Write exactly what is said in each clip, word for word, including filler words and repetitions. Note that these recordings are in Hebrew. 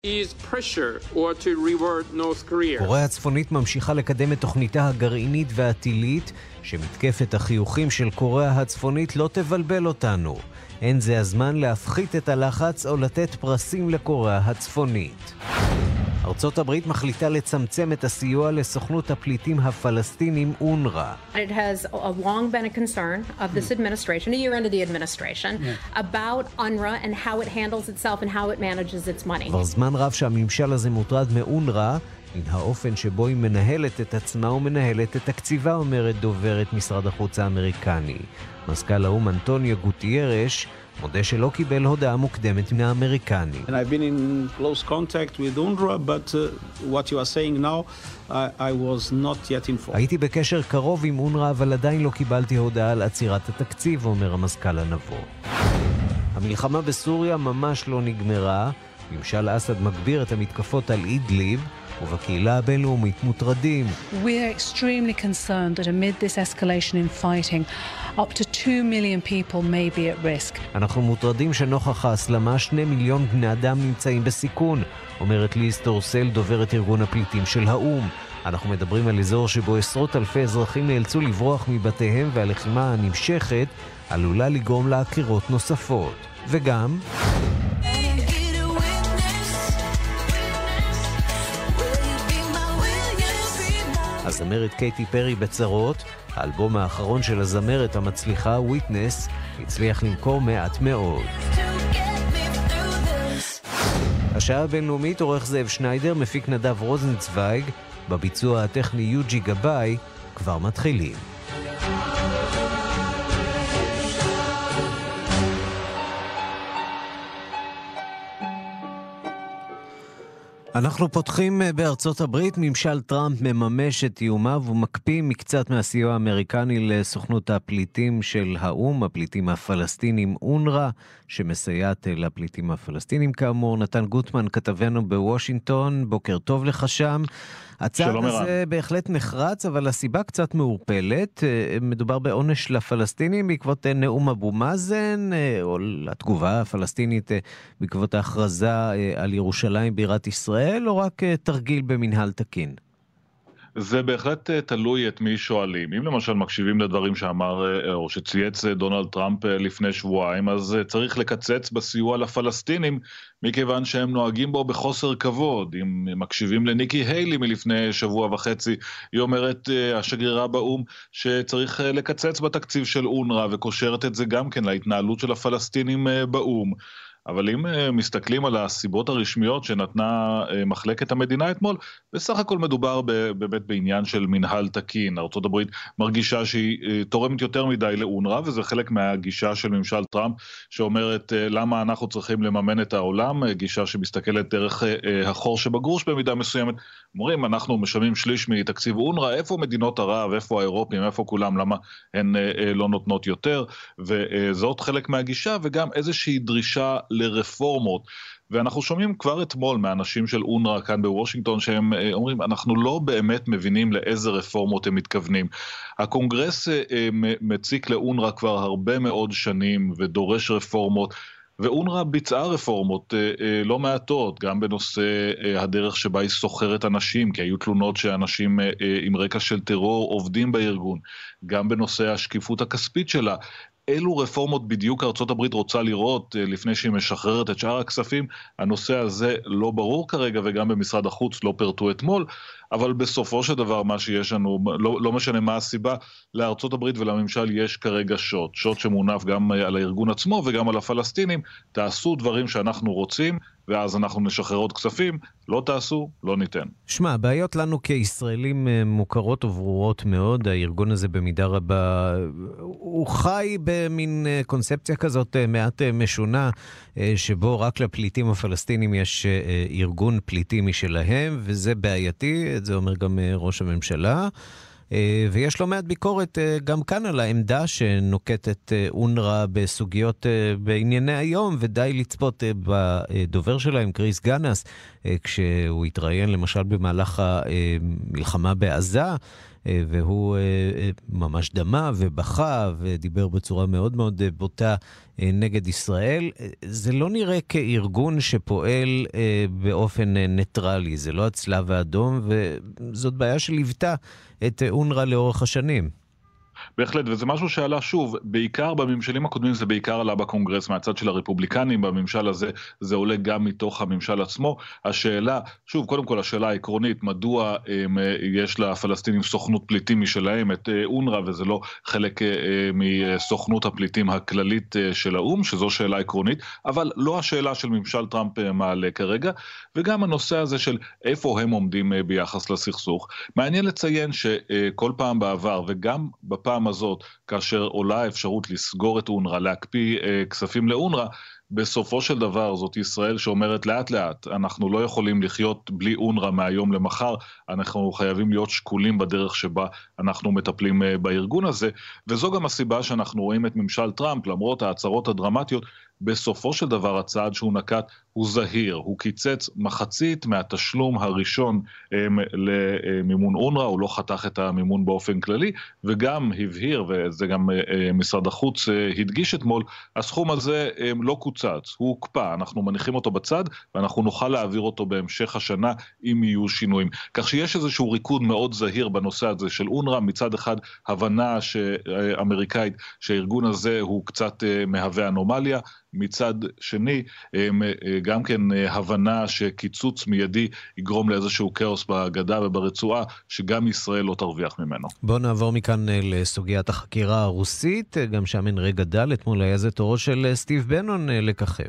is pressure or to reward North Korea. קוריאה הצפונית ממשיכה לקדם את תוכניתה הגרעינית והטילית, שמתקפת החיוכים של קוריאה הצפונית לא תבלבל אותנו. אין זה הזמן להפחית את הלחץ או לתת פרסים לקוריאה הצפונית. ארצות הברית מחליטה לצמצם את הסיוע לסוכנות הפליטים הפלסטינים אונר"א. It has long been a concern of this administration, a year into the administration, yeah. about UNRWA and how it handles itself and how it manages its money. כבר זמן רב שהממשל הזה מוטרד מאונר"א, מן האופן שבו היא מנהלת את עצמה ומנהלת את תקציבה, אומרת דוברת משרד החוץ האמריקני. מזכ"ל האו"ם אנטוניו גוטיירש מודה שלא קיבל הודעה מוקדמת מהאמריקני. And I've been in close contact with UNRWA, but uh, what you are saying now, I, I was not yet informed. הייתי בקשר קרוב עם אונר"א, אבל עדיין לא קיבלתי הודעה על עצירת התקציב, אומר המזכ"ל הנבוא. המלחמה בסוריה ממש לא נגמרה. ממשל אסד מגביר את המתקפות על אידליב, ובקהילה הבינלאומית מוטרדים. We are extremely concerned that amid this escalation in fighting, up to two million people may be at risk. אנחנו מוטרדים שנוכח ההסלמה שני מיליון בני אדם נמצאים בסיכון, אומרת ליז טורסל, דוברת ארגון הפליטים של האו"ם. אנחנו מדברים על אזור שבו עשרות אלפי אזרחים נאלצו לברוח מבתיהם, והלחימה הנמשכת עלולה לגרום לעקירות נוספות. וגם הזמרת קייטי פרי בצרות. האלבום האחרון של הזמרת המצליחה וויטנס הצליח למכור מעט מאוד. השעה הבינלאומית, עורך זאב שניידר, מפיק נדב רוזנצוויג, בביצוע הטכני יוג'י גבאי. כבר מתחילים. אנחנו פותחים בארצות הברית. ממשל טראמפ מממש את איומיו ומקפיא מקצת מהסיוע האמריקני לסוכנות הפליטים של האו"ם, הפליטים הפלסטינים אונר"א, שמסייעת לפליטים הפלסטינים כאמור. נתן גוטמן כתבנו בוושינגטון, בוקר טוב לך שם. הצעד הזה בהחלט נחרץ, אבל הסיבה קצת מעורפלת. מדובר בעונש לפלסטינים בעקבות נאום אבו מאזן, או לתגובה הפלסטינית בעקבות ההכרזה על ירושלים בירת ישראל, או רק תרגיל במנהל תקין? זה בהחלט תלוי את מי שואלים. אם למשל מקשיבים לדברים שאמר או שצייץ דונלד טראמפ לפני שבועיים, אז צריך לקצץ בסיוע לפלסטינים, מכיוון שהם נוהגים בו בחוסר כבוד. אם מקשיבים לניקי היילי מלפני שבוע וחצי, היא אומרת, השגרירה באו"ם, שצריך לקצץ בתקציב של אונר"א, וקושרת את זה גם כן להתנהלות של הפלסטינים באו"ם. אבל אם מסתכלים על הסיבות הרשמיות שנתנה מחלקת המדינה אתמול, בסך הכל מדובר באמת בעניין של מנהל תקין. ארצות הברית מרגישה שהיא תורמת יותר מדי לאונר"א, וזה חלק מהגישה של ממשל טראמפ, שאומרת למה אנחנו צריכים לממן את העולם, גישה שמסתכלת דרך החור שבגרוש במידה מסוימת. אומרים, אנחנו משלמים שליש מתקציב אונר"א, איפה מדינות ערב, איפה האירופים, איפה כולם, למה הן לא נותנות יותר, וזאת חלק מהגישה, וגם איזושהי דרישה לרפורמות. ואנחנו שומעים כבר אתמול מאנשים של אונר"א כאן בוושינגטון, שהם אומרים, אנחנו לא באמת מבינים לאיזה רפורמות הם מתכוונים. הקונגרס מציק לאונר"א כבר הרבה מאוד שנים ודורש רפורמות, ואונר"א ביצעה רפורמות לא מעטות, גם בנושא הדרך שבה היא סוחרת אנשים, כי היו תלונות שאנשים עם רקע של טרור עובדים בארגון, גם בנושא השקיפות הכספית שלה. אילו רפורמות בדיוק ארצות הברית רוצה לראות לפני שהיא משחררת את שאר הכספים? הנושא הזה לא ברור כרגע, וגם במשרד החוץ לא פרטו אתמול, אבל בסופו של דבר מה שיש לנו, לא, לא משנה מה הסיבה, לארצות הברית ולממשל יש כרגע שוט, שוט שמונף גם על הארגון עצמו וגם על הפלסטינים. תעשו דברים שאנחנו רוצים, ואז אנחנו נשחרר עוד כספים. לא תעשו, לא ניתן. שמע, הבעיות לנו כישראלים מוכרות וברורות מאוד. הארגון הזה במידה רבה, הוא חי במין קונספציה כזאת מעט משונה, שבו רק לפליטים הפלסטינים יש ארגון פליטים משלהם, וזה בעייתי, זה אומר גם ראש הממשלה. ויש לו מעט ביקורת גם כאן על העמדה שנוקטת אונר"א בסוגיות בענייני היום, ודי לצפות בדובר שלהם, קריס גנס, כשהוא התראיין למשל במהלך המלחמה בעזה, והוא ממש דמה ובכה ודיבר בצורה מאוד מאוד בוטה נגד ישראל. זה לא נראה כארגון שפועל באופן ניטרלי, זה לא הצלב האדום, וזאת בעיה שליוותה את אונר"א לאורך השנים. בהחלט, וזה משהו שעלה שוב, בעיקר בממשלים הקודמים זה בעיקר עלה בקונגרס מהצד של הרפובליקנים, בממשל הזה זה עולה גם מתוך הממשל עצמו. השאלה, שוב, קודם כל השאלה העקרונית, מדוע הם, יש לפלסטינים סוכנות פליטים משלהם, את אונר"א, וזה לא חלק מסוכנות הפליטים הכללית של האום, שזו שאלה עקרונית, אבל לא השאלה של ממשל טראמפ מעלה כרגע, וגם הנושא הזה של איפה הם עומדים ביחס לסכסוך. מעניין לציין שכל פעם בעבר, וגם בפעם הפעם הזאת, כאשר עולה האפשרות לסגור את אונר"א, להקפיא אה, כספים לאונר"א, בסופו של דבר זאת ישראל שאומרת לאט לאט, אנחנו לא יכולים לחיות בלי אונר"א מהיום למחר, אנחנו חייבים להיות שקולים בדרך שבה אנחנו מטפלים אה, בארגון הזה, וזו גם הסיבה שאנחנו רואים את ממשל טראמפ, למרות ההצהרות הדרמטיות, בסופו של דבר הצעד שהוא נקט הוא זהיר, הוא קיצץ מחצית מהתשלום הראשון הם, למימון אונר"א, הוא לא חתך את המימון באופן כללי, וגם הבהיר, וזה גם משרד החוץ הדגיש אתמול, הסכום הזה הם, לא קוצץ, הוא הוקפא, אנחנו מניחים אותו בצד, ואנחנו נוכל להעביר אותו בהמשך השנה אם יהיו שינויים. כך שיש איזשהו ריקוד מאוד זהיר בנושא הזה של אונר"א, מצד אחד הבנה אמריקאית שהארגון הזה הוא קצת מהווה אנומליה, מצד שני, גם כן הבנה שקיצוץ מיידי יגרום לאיזשהו כאוס בגדה וברצועה, שגם ישראל לא תרוויח ממנו. בואו נעבור מכאן לסוגיית החקירה הרוסית, גם שם אין רגע דל, אתמול היה זה תורו של סטיב בנון לככב.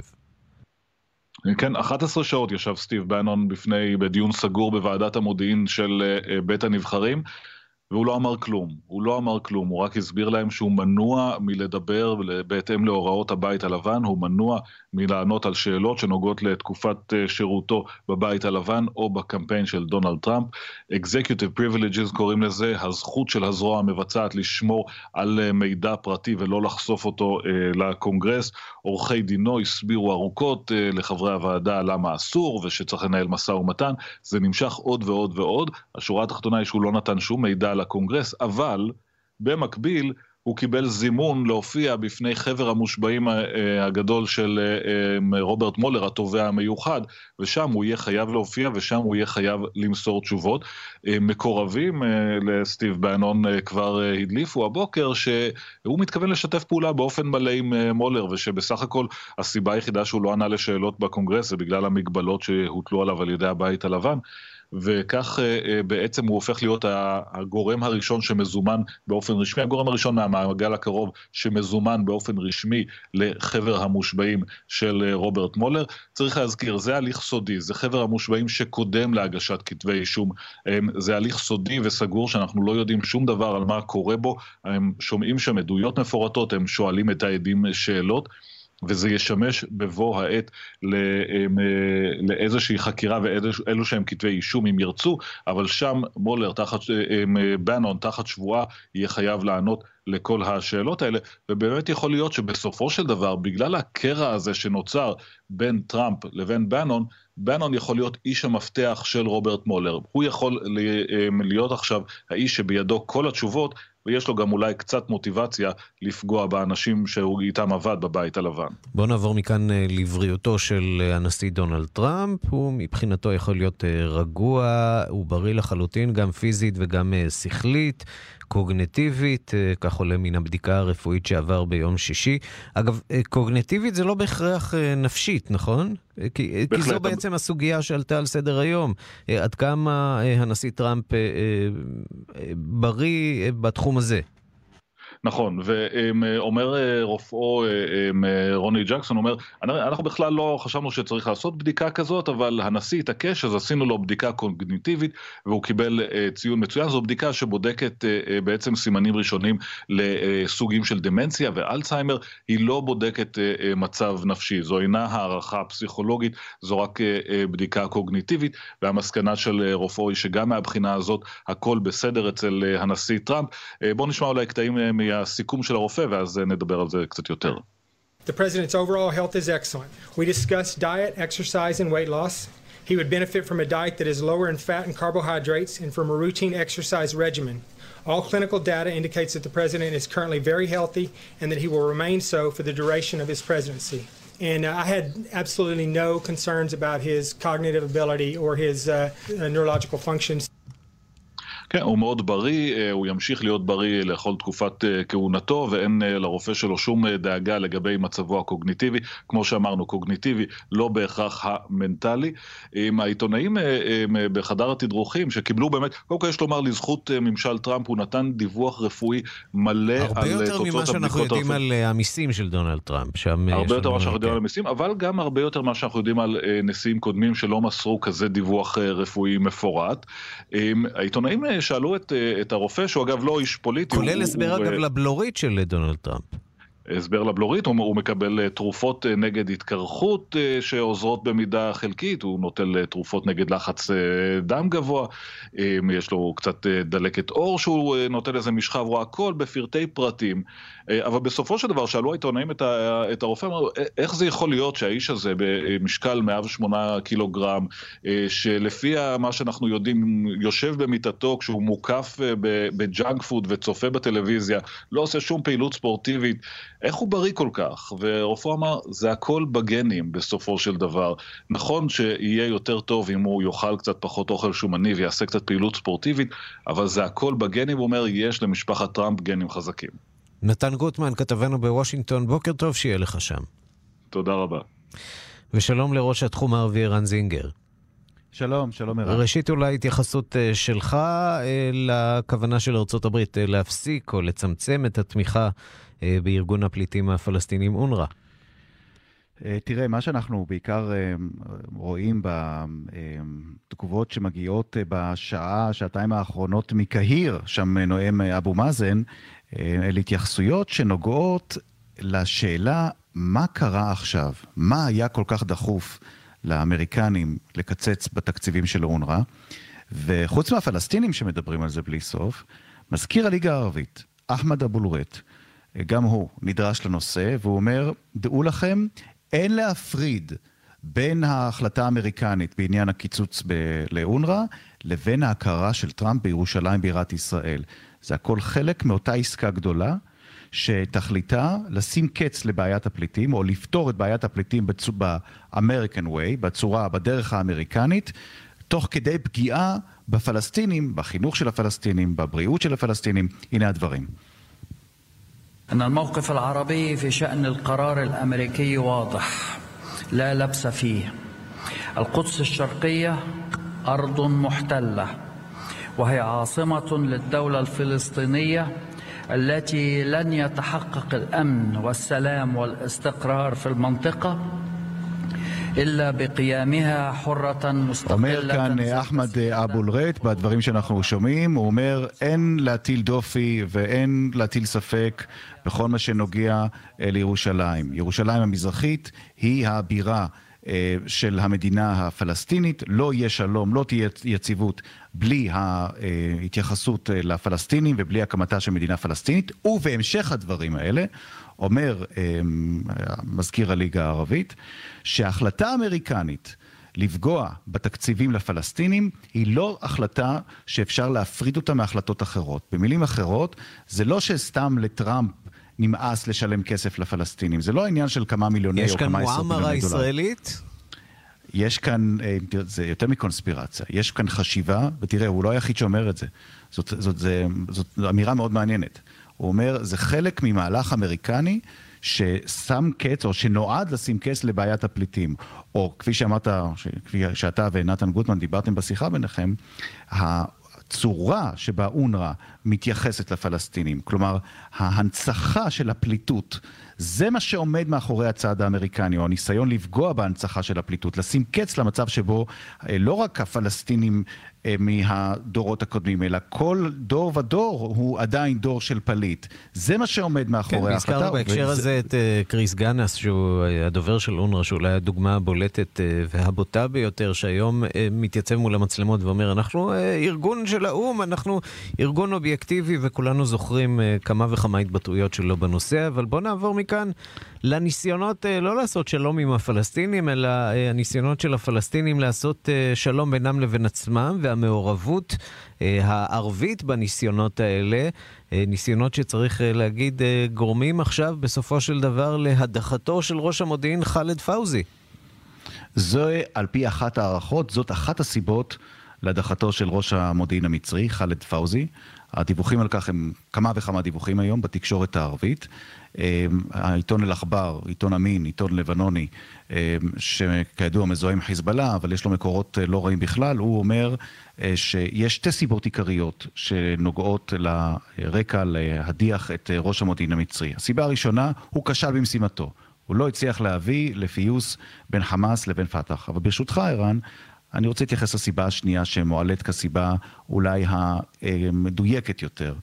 כן, אחת עשרה שעות ישב סטיב בנון בפני, בדיון סגור בוועדת המודיעין של בית הנבחרים, והוא לא אמר כלום, הוא לא אמר כלום, הוא רק הסביר להם שהוא מנוע מלדבר בהתאם להוראות הבית הלבן, הוא מנוע מלענות על שאלות שנוגעות לתקופת שירותו בבית הלבן או בקמפיין של דונלד טראמפ. Executive Privileges קוראים לזה, הזכות של הזרוע המבצעת לשמור על מידע פרטי ולא לחשוף אותו לקונגרס. עורכי דינו הסבירו ארוכות לחברי הוועדה למה אסור ושצריך לנהל משא ומתן, זה נמשך עוד ועוד ועוד. השורה התחתונה היא שהוא לא נתן שום מידע לקונגרס, אבל במקביל הוא קיבל זימון להופיע בפני חבר המושבעים הגדול של רוברט מולר, התובע המיוחד, ושם הוא יהיה חייב להופיע, ושם הוא יהיה חייב למסור תשובות. מקורבים לסטיב בנון כבר הדליפו הבוקר שהוא מתכוון לשתף פעולה באופן מלא עם מולר, ושבסך הכל הסיבה היחידה שהוא לא ענה לשאלות בקונגרס זה בגלל המגבלות שהוטלו עליו על ידי הבית הלבן, וכך בעצם הוא הופך להיות הגורם הראשון שמזומן באופן רשמי, הגורם הראשון מהמעגל הקרוב שמזומן באופן רשמי לחבר המושבעים של רוברט מולר. צריך להזכיר, זה הליך סודי, זה חבר המושבעים שקודם להגשת כתבי אישום, זה הליך סודי וסגור שאנחנו לא יודעים שום דבר על מה קורה בו, הם שומעים שם עדויות מפורטות, הם שואלים את העדים שאלות, וזה ישמש בבוא העת לאיזושהי חקירה ואלו שהם כתבי אישום אם ירצו, אבל שם מולר תחת, בנון תחת שבועה יהיה חייב לענות לכל השאלות האלה, ובאמת יכול להיות שבסופו של דבר, בגלל הקרע הזה שנוצר בין טראמפ לבין בנון, בנון יכול להיות איש המפתח של רוברט מולר. הוא יכול להיות עכשיו האיש שבידו כל התשובות, ויש לו גם אולי קצת מוטיבציה לפגוע באנשים שהוא איתם עבד בבית הלבן. בואו נעבור מכאן לבריאותו של הנשיא דונלד טראמפ. הוא מבחינתו יכול להיות רגוע, הוא בריא לחלוטין, גם פיזית וגם שכלית, קוגניטיבית, כך עולה מן הבדיקה הרפואית שעבר ביום שישי. אגב, קוגניטיבית זה לא בהכרח נפשית, נכון? כי, כי זו בעצם הסוגיה שעלתה על סדר היום. עד כמה הנשיא טראמפ בריא בתחום הזה? נכון, ואומר רופאו רוני ג'קסון, אומר, אנחנו בכלל לא חשבנו שצריך לעשות בדיקה כזאת, אבל הנשיא התעקש, אז עשינו לו בדיקה קוגניטיבית, והוא קיבל ציון מצוין. זו בדיקה שבודקת בעצם סימנים ראשונים לסוגים של דמנציה ואלצהיימר, היא לא בודקת מצב נפשי, זו אינה הערכה פסיכולוגית, זו רק בדיקה קוגניטיבית, והמסקנה של רופאו היא שגם מהבחינה הזאת הכל בסדר אצל הנשיא טראמפ. בואו נשמע אולי קטעים מהסיכום של הרופא, ואז נדבר על זה קצת יותר. The president's overall health is excellent. We discussed diet, exercise, and weight loss. He would benefit from a diet that is lower in fat and carbohydrates and from a routine exercise regimen. All clinical data indicates that the president is currently very healthy and that he will remain so for the duration of his presidency. And uh, I had absolutely no concerns about his cognitive ability or his uh, neurological functions. כן, הוא מאוד בריא, הוא ימשיך להיות בריא לכל תקופת כהונתו, ואין לרופא שלו שום דאגה לגבי מצבו הקוגניטיבי, כמו שאמרנו, קוגניטיבי, לא בהכרח המנטלי. העיתונאים בחדר התדרוכים שקיבלו באמת, קודם כל יש לומר לזכות ממשל טראמפ, הוא נתן דיווח רפואי מלא על תוצאות הבדיקות. הרבה יותר ממה שאנחנו יודעים על המיסים של דונלד טראמפ. הרבה יותר ממה שאנחנו יודעים על המיסים, אבל גם הרבה יותר ממה שאנחנו יודעים על נשיאים קודמים שלא מסרו כזה דיווח רפואי מפורט. העיתונאים שאלו את, את הרופא, שהוא אגב לא איש פוליטי. כולל הסבר אגב לבלורית של דונלד טראמפ. הסבר לבלורית, הוא, הוא מקבל תרופות נגד התקרחות שעוזרות במידה חלקית, הוא נוטל תרופות נגד לחץ דם גבוה, יש לו קצת דלקת אור שהוא נוטל איזה משכב, רואה הכל בפרטי פרטים, אבל בסופו של דבר שאלו העיתונאים את, את הרופא, אמרו, איך זה יכול להיות שהאיש הזה במשקל מאה ושמונה קילוגרם, שלפי מה שאנחנו יודעים יושב במיטתו כשהוא מוקף בג'אנק פוד וצופה בטלוויזיה, לא עושה שום פעילות ספורטיבית, איך הוא בריא כל כך? ורופא אמר, זה הכל בגנים בסופו של דבר. נכון שיהיה יותר טוב אם הוא יאכל קצת פחות אוכל שומני ויעשה קצת פעילות ספורטיבית, אבל זה הכל בגנים, הוא אומר, יש למשפחת טראמפ גנים חזקים. נתן גוטמן, כתבנו בוושינגטון, בוקר טוב שיהיה לך שם. תודה רבה. ושלום לראש התחום הערבי ערן זינגר. שלום, שלום ערן. ראשית אולי התייחסות שלך לכוונה של ארצות הברית להפסיק או לצמצם את התמיכה בארגון הפליטים הפלסטינים אונר"א. תראה, מה שאנחנו בעיקר רואים בתגובות שמגיעות בשעה, שעתיים האחרונות מקהיר, שם נואם אבו מאזן, אלה התייחסויות שנוגעות לשאלה מה קרה עכשיו, מה היה כל כך דחוף לאמריקנים לקצץ בתקציבים של אונר"א, וחוץ מהפלסטינים שמדברים על זה בלי סוף, מזכיר הליגה הערבית, אחמד אבו לורט, גם הוא נדרש לנושא, והוא אומר, דעו לכם, אין להפריד בין ההחלטה האמריקנית בעניין הקיצוץ לאונר"א, לבין ההכרה של טראמפ בירושלים בירת ישראל. זה הכל חלק מאותה עסקה גדולה, שתכליתה לשים קץ לבעיית הפליטים, או לפתור את בעיית הפליטים ב-American way, בצורה, בדרך האמריקנית, תוך כדי פגיעה בפלסטינים, בחינוך של הפלסטינים, בבריאות של הפלסטינים. הנה הדברים. أن الموقف العربي في شأن القرار الأمريكي واضح لا لبس فيه. القدس الشرقية أرض محتلة وهي عاصمة للدولة الفلسطينية التي لن يتحقق الأمن والسلام والاستقرار في المنطقة إلا بقيامها حرة مستقلة. אומר כאן אחמד אבו לורט בדברים שאנחנו שומעים, הוא אומר אין להטיל דופי ואין להטיל ספק בכל מה שנוגע לירושלים. ירושלים המזרחית היא הבירה של המדינה הפלסטינית, לא יהיה שלום, לא תהיה יציבות בלי ההתייחסות לפלסטינים ובלי הקמתה של מדינה פלסטינית, ובהמשך הדברים האלה אומר מזכיר הליגה הערבית שההחלטה האמריקנית לפגוע בתקציבים לפלסטינים היא לא החלטה שאפשר להפריד אותה מהחלטות אחרות. במילים אחרות, זה לא שסתם לטראמפ נמאס לשלם כסף לפלסטינים. זה לא העניין של כמה מיליוני או כמה עשרות מיליוני דולר. יש כאן מועמרה ישראלית? יש כאן, זה יותר מקונספירציה, יש כאן חשיבה, ותראה, הוא לא היחיד שאומר את זה. זאת, זאת, זאת, זאת אמירה מאוד מעניינת. הוא אומר, זה חלק ממהלך אמריקני ששם קץ, או שנועד לשים קץ לבעיית הפליטים. או כפי שאמרת, כפי שאתה ונתן גוטמן דיברתם בשיחה ביניכם, הצורה שבה אונר"א מתייחסת לפלסטינים, כלומר, ההנצחה של הפליטות, זה מה שעומד מאחורי הצעד האמריקני, או הניסיון לפגוע בהנצחה של הפליטות, לשים קץ למצב שבו לא רק הפלסטינים מהדורות הקודמים, אלא כל דור ודור הוא עדיין דור של פליט. זה מה שעומד מאחורי ההחלטה. כן, הזכרנו בהקשר הזה את קריס גנס, שהוא הדובר של אונר"א, שאולי הדוגמה הבולטת והבוטה ביותר, שהיום מתייצב מול המצלמות ואומר, אנחנו ארגון של של האום. אנחנו ארגון אובייקטיבי וכולנו זוכרים כמה וכמה התבטאויות שלו בנושא, אבל בוא נעבור מכאן לניסיונות לא לעשות שלום עם הפלסטינים, אלא הניסיונות של הפלסטינים לעשות שלום בינם לבין עצמם, והמעורבות הערבית בניסיונות האלה, ניסיונות שצריך להגיד גורמים עכשיו בסופו של דבר להדחתו של ראש המודיעין חאלד פאוזי. זו על פי אחת הערכות, זאת אחת הסיבות להדחתו של ראש המודיעין המצרי, חאלד פאוזי. הדיווחים על כך הם כמה וכמה דיווחים היום בתקשורת הערבית. העיתון אל-אחבר, עיתון אמין, עיתון לבנוני, שכידוע מזוהה עם חיזבאללה, אבל יש לו מקורות לא רעים בכלל, הוא אומר שיש שתי סיבות עיקריות שנוגעות לרקע להדיח את ראש המודיעין המצרי. הסיבה הראשונה, הוא כשל במשימתו. הוא לא הצליח להביא לפיוס בין חמאס לבין פתח. אבל ברשותך, ערן, אני רוצה להתייחס לסיבה השנייה שמועלת כסיבה אולי המדויקת יותר,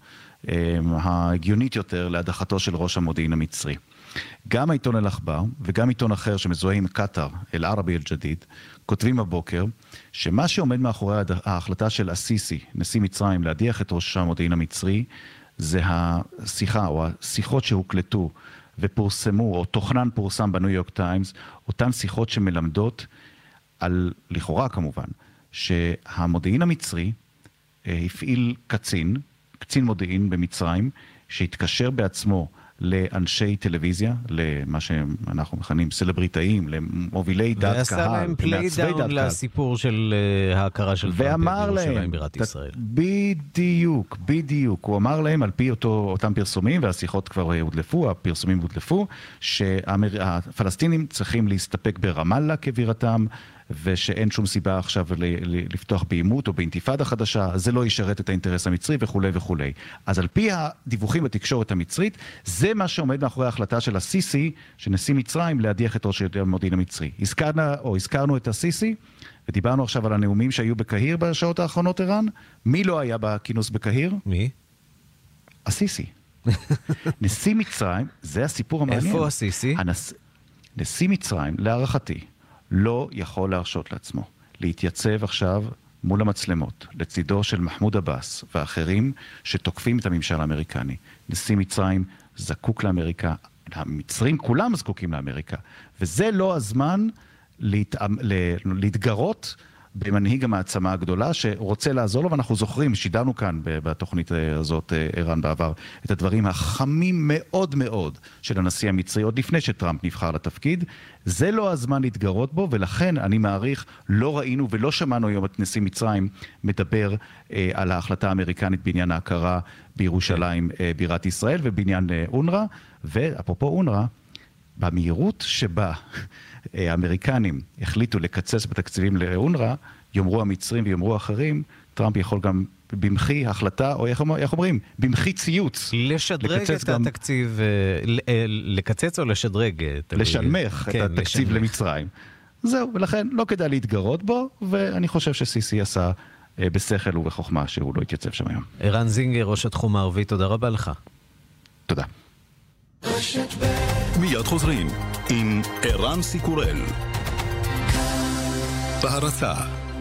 ההגיונית יותר להדחתו של ראש המודיעין המצרי. גם העיתון אל-אחבר וגם עיתון אחר שמזוהה עם קטר, אל-ערבי אל-ג'דיד, כותבים הבוקר שמה שעומד מאחורי ההחלטה של אסיסי, נשיא מצרים, להדיח את ראש המודיעין המצרי, זה השיחה או השיחות שהוקלטו ופורסמו, או תוכנן פורסם בניו יורק טיימס, אותן שיחות שמלמדות על, לכאורה כמובן, שהמודיעין המצרי הפעיל קצין, קצין מודיעין במצרים, שהתקשר בעצמו לאנשי טלוויזיה, למה שאנחנו מכנים סלבריטאים, למובילי דעת קהל, ועשה להם פליי דאון לסיפור של ההכרה של ירושלים בירת ישראל. בדיוק, בדיוק. הוא אמר להם, על פי אותו, אותם פרסומים, והשיחות כבר הודלפו, הפרסומים הודלפו, שהפלסטינים צריכים להסתפק ברמאללה כבירתם, ושאין שום סיבה עכשיו לפתוח בעימות או באינתיפאדה חדשה, זה לא ישרת את האינטרס המצרי וכו' וכו'. אז על פי הדיווחים בתקשורת המצרית, זה מה שעומד מאחורי ההחלטה של הסיסי, שנשיא מצרים, להדיח את ראש המודיעין המצרי. הזכרנו, או הזכרנו את הסיסי, ודיברנו עכשיו על הנאומים שהיו בקהיר בשעות האחרונות, ערן. מי לא היה בכינוס בקהיר? מי? הסיסי. נשיא מצרים, זה הסיפור המעניין. איפה הסיסי? הנס... נשיא מצרים, להערכתי, לא יכול להרשות לעצמו להתייצב עכשיו מול המצלמות, לצידו של מחמוד עבאס ואחרים שתוקפים את הממשל האמריקני. נשיא מצרים זקוק לאמריקה, המצרים כולם זקוקים לאמריקה, וזה לא הזמן להת... להתגרות במנהיג המעצמה הגדולה שרוצה לעזור לו, ואנחנו זוכרים, שידענו כאן בתוכנית הזאת, ערן, בעבר, את הדברים החמים מאוד מאוד של הנשיא המצרי, עוד לפני שטראמפ נבחר לתפקיד. זה לא הזמן להתגרות בו, ולכן אני מעריך, לא ראינו ולא שמענו היום את נשיא מצרים מדבר אה, על ההחלטה האמריקנית בעניין ההכרה בירושלים אה, בירת ישראל ובעניין אה, אונר"א, ואפרופו אונר"א, במהירות שבה האמריקנים החליטו לקצץ בתקציבים לאונר"א, יאמרו המצרים ויאמרו אחרים, טראמפ יכול גם במחי החלטה, או איך אומרים, במחי ציוץ. לשדרג את גם... התקציב, לקצץ או לשדרג? לשנמך כן, את התקציב לשנמך. למצרים. זהו, ולכן לא כדאי להתגרות בו, ואני חושב שסיסי עשה בשכל ובחוכמה שהוא לא יתייצב שם היום. ערן זינגר, ראש התחום הערבי, תודה רבה לך. תודה. מיד חוזרים עם ערן סיקורל בהרצה.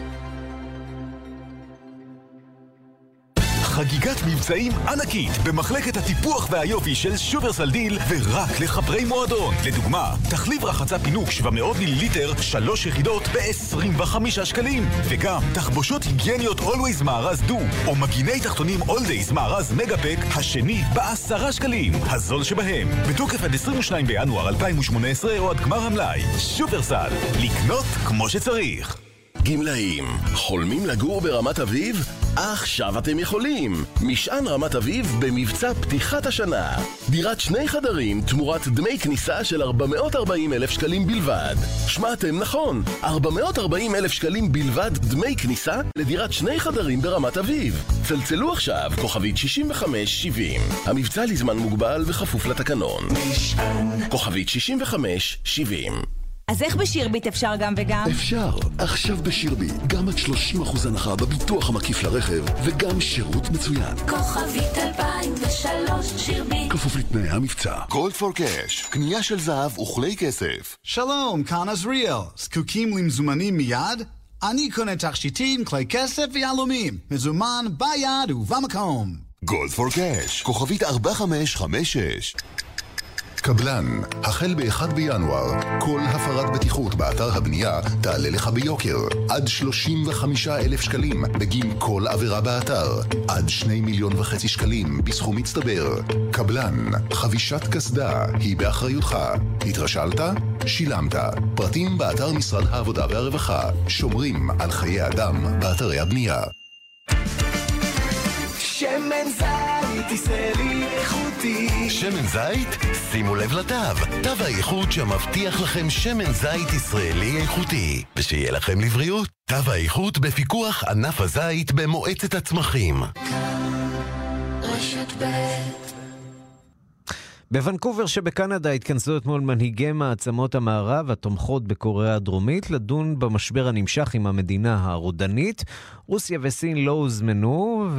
חגיגת מבצעים ענקית במחלקת הטיפוח והיופי של שופרסל דיל, ורק לחברי מועדון. לדוגמה, תחליב רחצה פינוק שבע מאות מיליליטר, שלוש יחידות ב-עשרים וחמישה שקלים. וגם תחבושות היגייניות Always מארז דו, או מגיני תחתונים All Days מארז מגאפק, השני בעשרה שקלים. הזול שבהם, בתוקף עד עשרים ושניים בינואר אלפיים ושמונה עשרה או עד גמר המלאי. שופרסל, לקנות כמו שצריך. גמלאים, חולמים לגור ברמת אביב? עכשיו אתם יכולים! משען רמת אביב במבצע פתיחת השנה. דירת שני חדרים תמורת דמי כניסה של ארבע מאות וארבעים אלף שקלים בלבד. שמעתם נכון, ארבע מאות וארבעים אלף שקלים בלבד דמי כניסה לדירת שני חדרים ברמת אביב. צלצלו עכשיו, כוכבית שישים וחמש שבעים. המבצע לזמן מוגבל וכפוף לתקנון. משען. כוכבית שישים וחמש שבעים. אז איך בשירביט אפשר גם וגם? אפשר. עכשיו בשירביט גם עד שלושים אחוז הנחה בביטוח המקיף לרכב וגם שירות מצוין. כוכבית אלפיים ושלוש שירביט. כפוף לתנאי המבצע. גולד פור קאש, קנייה של זהב וכלי כסף. שלום, כאן עזריאל. זקוקים למזומנים מיד? אני קונה תכשיטים, כלי כסף ויהלומים, מזומן ביד ובמקום. גולד פור קאש, כוכבית ארבע חמש חמש שש. קבלן, החל ב-אחד בינואר, כל הפרת בטיחות באתר הבנייה תעלה לך ביוקר. עד שלושים וחמישה אלף שקלים בגין כל עבירה באתר. עד שני מיליון וחצי שקלים בסכום מצטבר. קבלן, חבישת קסדה היא באחריותך. התרשלת? שילמת. פרטים באתר משרד העבודה והרווחה. שומרים על חיי אדם באתרי הבנייה. שמן זית ישראלי איכותי. שמן זית? שימו לב לתו. תו האיכות שמבטיח לכם שמן זית ישראלי איכותי. ושיהיה לכם לבריאות. תו האיכות בפיקוח ענף הזית במועצת הצמחים. רשת בית. בוונקובר שבקנדה התכנסו אתמול מנהיגי מעצמות המערב התומכות בקוריאה הדרומית לדון במשבר הנמשך עם המדינה הרודנית. רוסיה וסין לא הוזמנו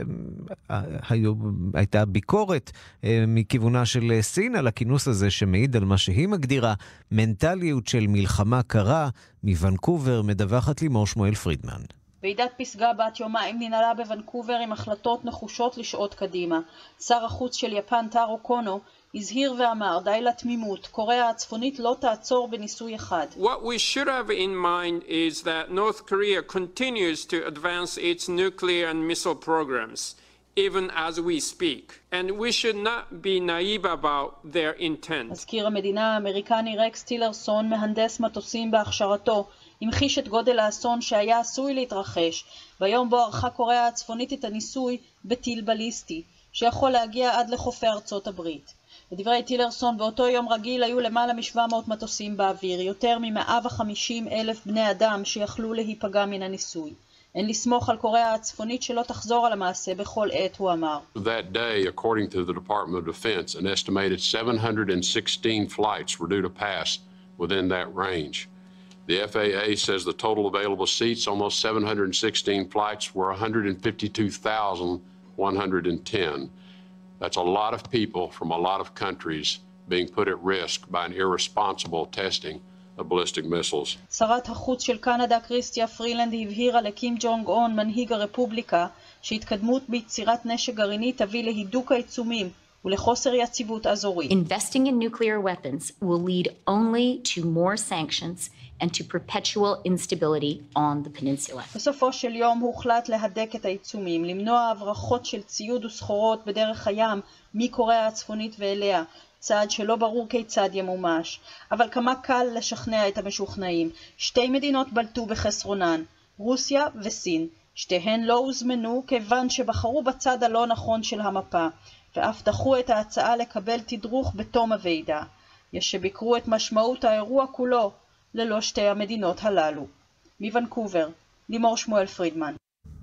והייתה ביקורת מכיוונה של סין על הכינוס הזה שמעיד על מה שהיא מגדירה מנטליות של מלחמה קרה. מוונקובר מדווחת לימור שמואל פרידמן. ועידת פסגה בת יומיים ננעלה בוונקובר עם החלטות נחושות לשעות קדימה. שר החוץ של יפן טארו קונו הזהיר ואמר די לתמימות, קוריאה הצפונית לא תעצור בניסוי אחד. What we should have in mind is that North Korea continues to advance its nuclear and missile programs even as we speak and we should not be naive about their intent. מזכיר המדינה האמריקני רקס טילרסון, מהנדס מטוסים בהכשרתו, המחיש את גודל האסון שהיה עשוי להתרחש ביום בו ערכה קוריאה הצפונית את הניסוי בטיל בליסטי שיכול להגיע עד לחופי ארצות הברית. לדברי טילרסון, באותו יום רגיל היו למעלה מ-שבע מאות מטוסים באוויר, יותר מ-מאה וחמישים אלף בני אדם שיכלו להיפגע מן הניסוי. אין לסמוך על קוריאה הצפונית שלא תחזור על המעשה בכל עת, הוא אמר. That day, according to the Department of Defense, an estimated seven hundred sixteen flights were due to pass within that range. The F A A says the total available seats, almost seven hundred sixteen flights, were one hundred fifty-two thousand one hundred ten. That's a lot of people from a lot of countries being put at risk by an irresponsible testing of ballistic missiles. שרת החוץ של קנדה קריסטיה פרילנד הבהירה לקים ג'ונג און, מנהיג הרפובליקה, שהתקדמות ביצירת נשק גרעיני תביא להידוק העיצומים ולחוסר יציבות אזורית. Investing in nuclear weapons will lead only to more sanctions and to perpetual instability on the peninsula. בסופו של יום הוחלט להדק את העיצומים, למנוע הברחות של ציוד וסחורות בדרך הים מקוריאה הצפונית ואליה, צעד שלא ברור כיצד ימומש. אבל כמה קל לשכנע את המשוכנעים. שתי מדינות בלטו בחסרונן, רוסיה וסין. שתיהן לא הוזמנו כיוון שבחרו בצד הלא נכון של המפה, ואף דחו את ההצעה לקבל תדרוך בתום הוועידה. יש שביקרו את משמעות האירוע כולו ללא שתי המדינות הללו. מוונקובר, לימור שמואל פרידמן.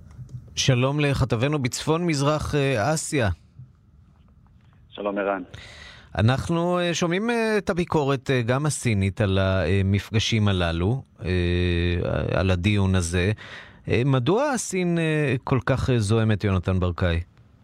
שלום לכתבנו בצפון מזרח אסיה. שלום ערן. אנחנו שומעים את הביקורת גם הסינית על המפגשים הללו, על הדיון הזה. מדוע הסין כל כך זוהמת, יונתן ברקאי?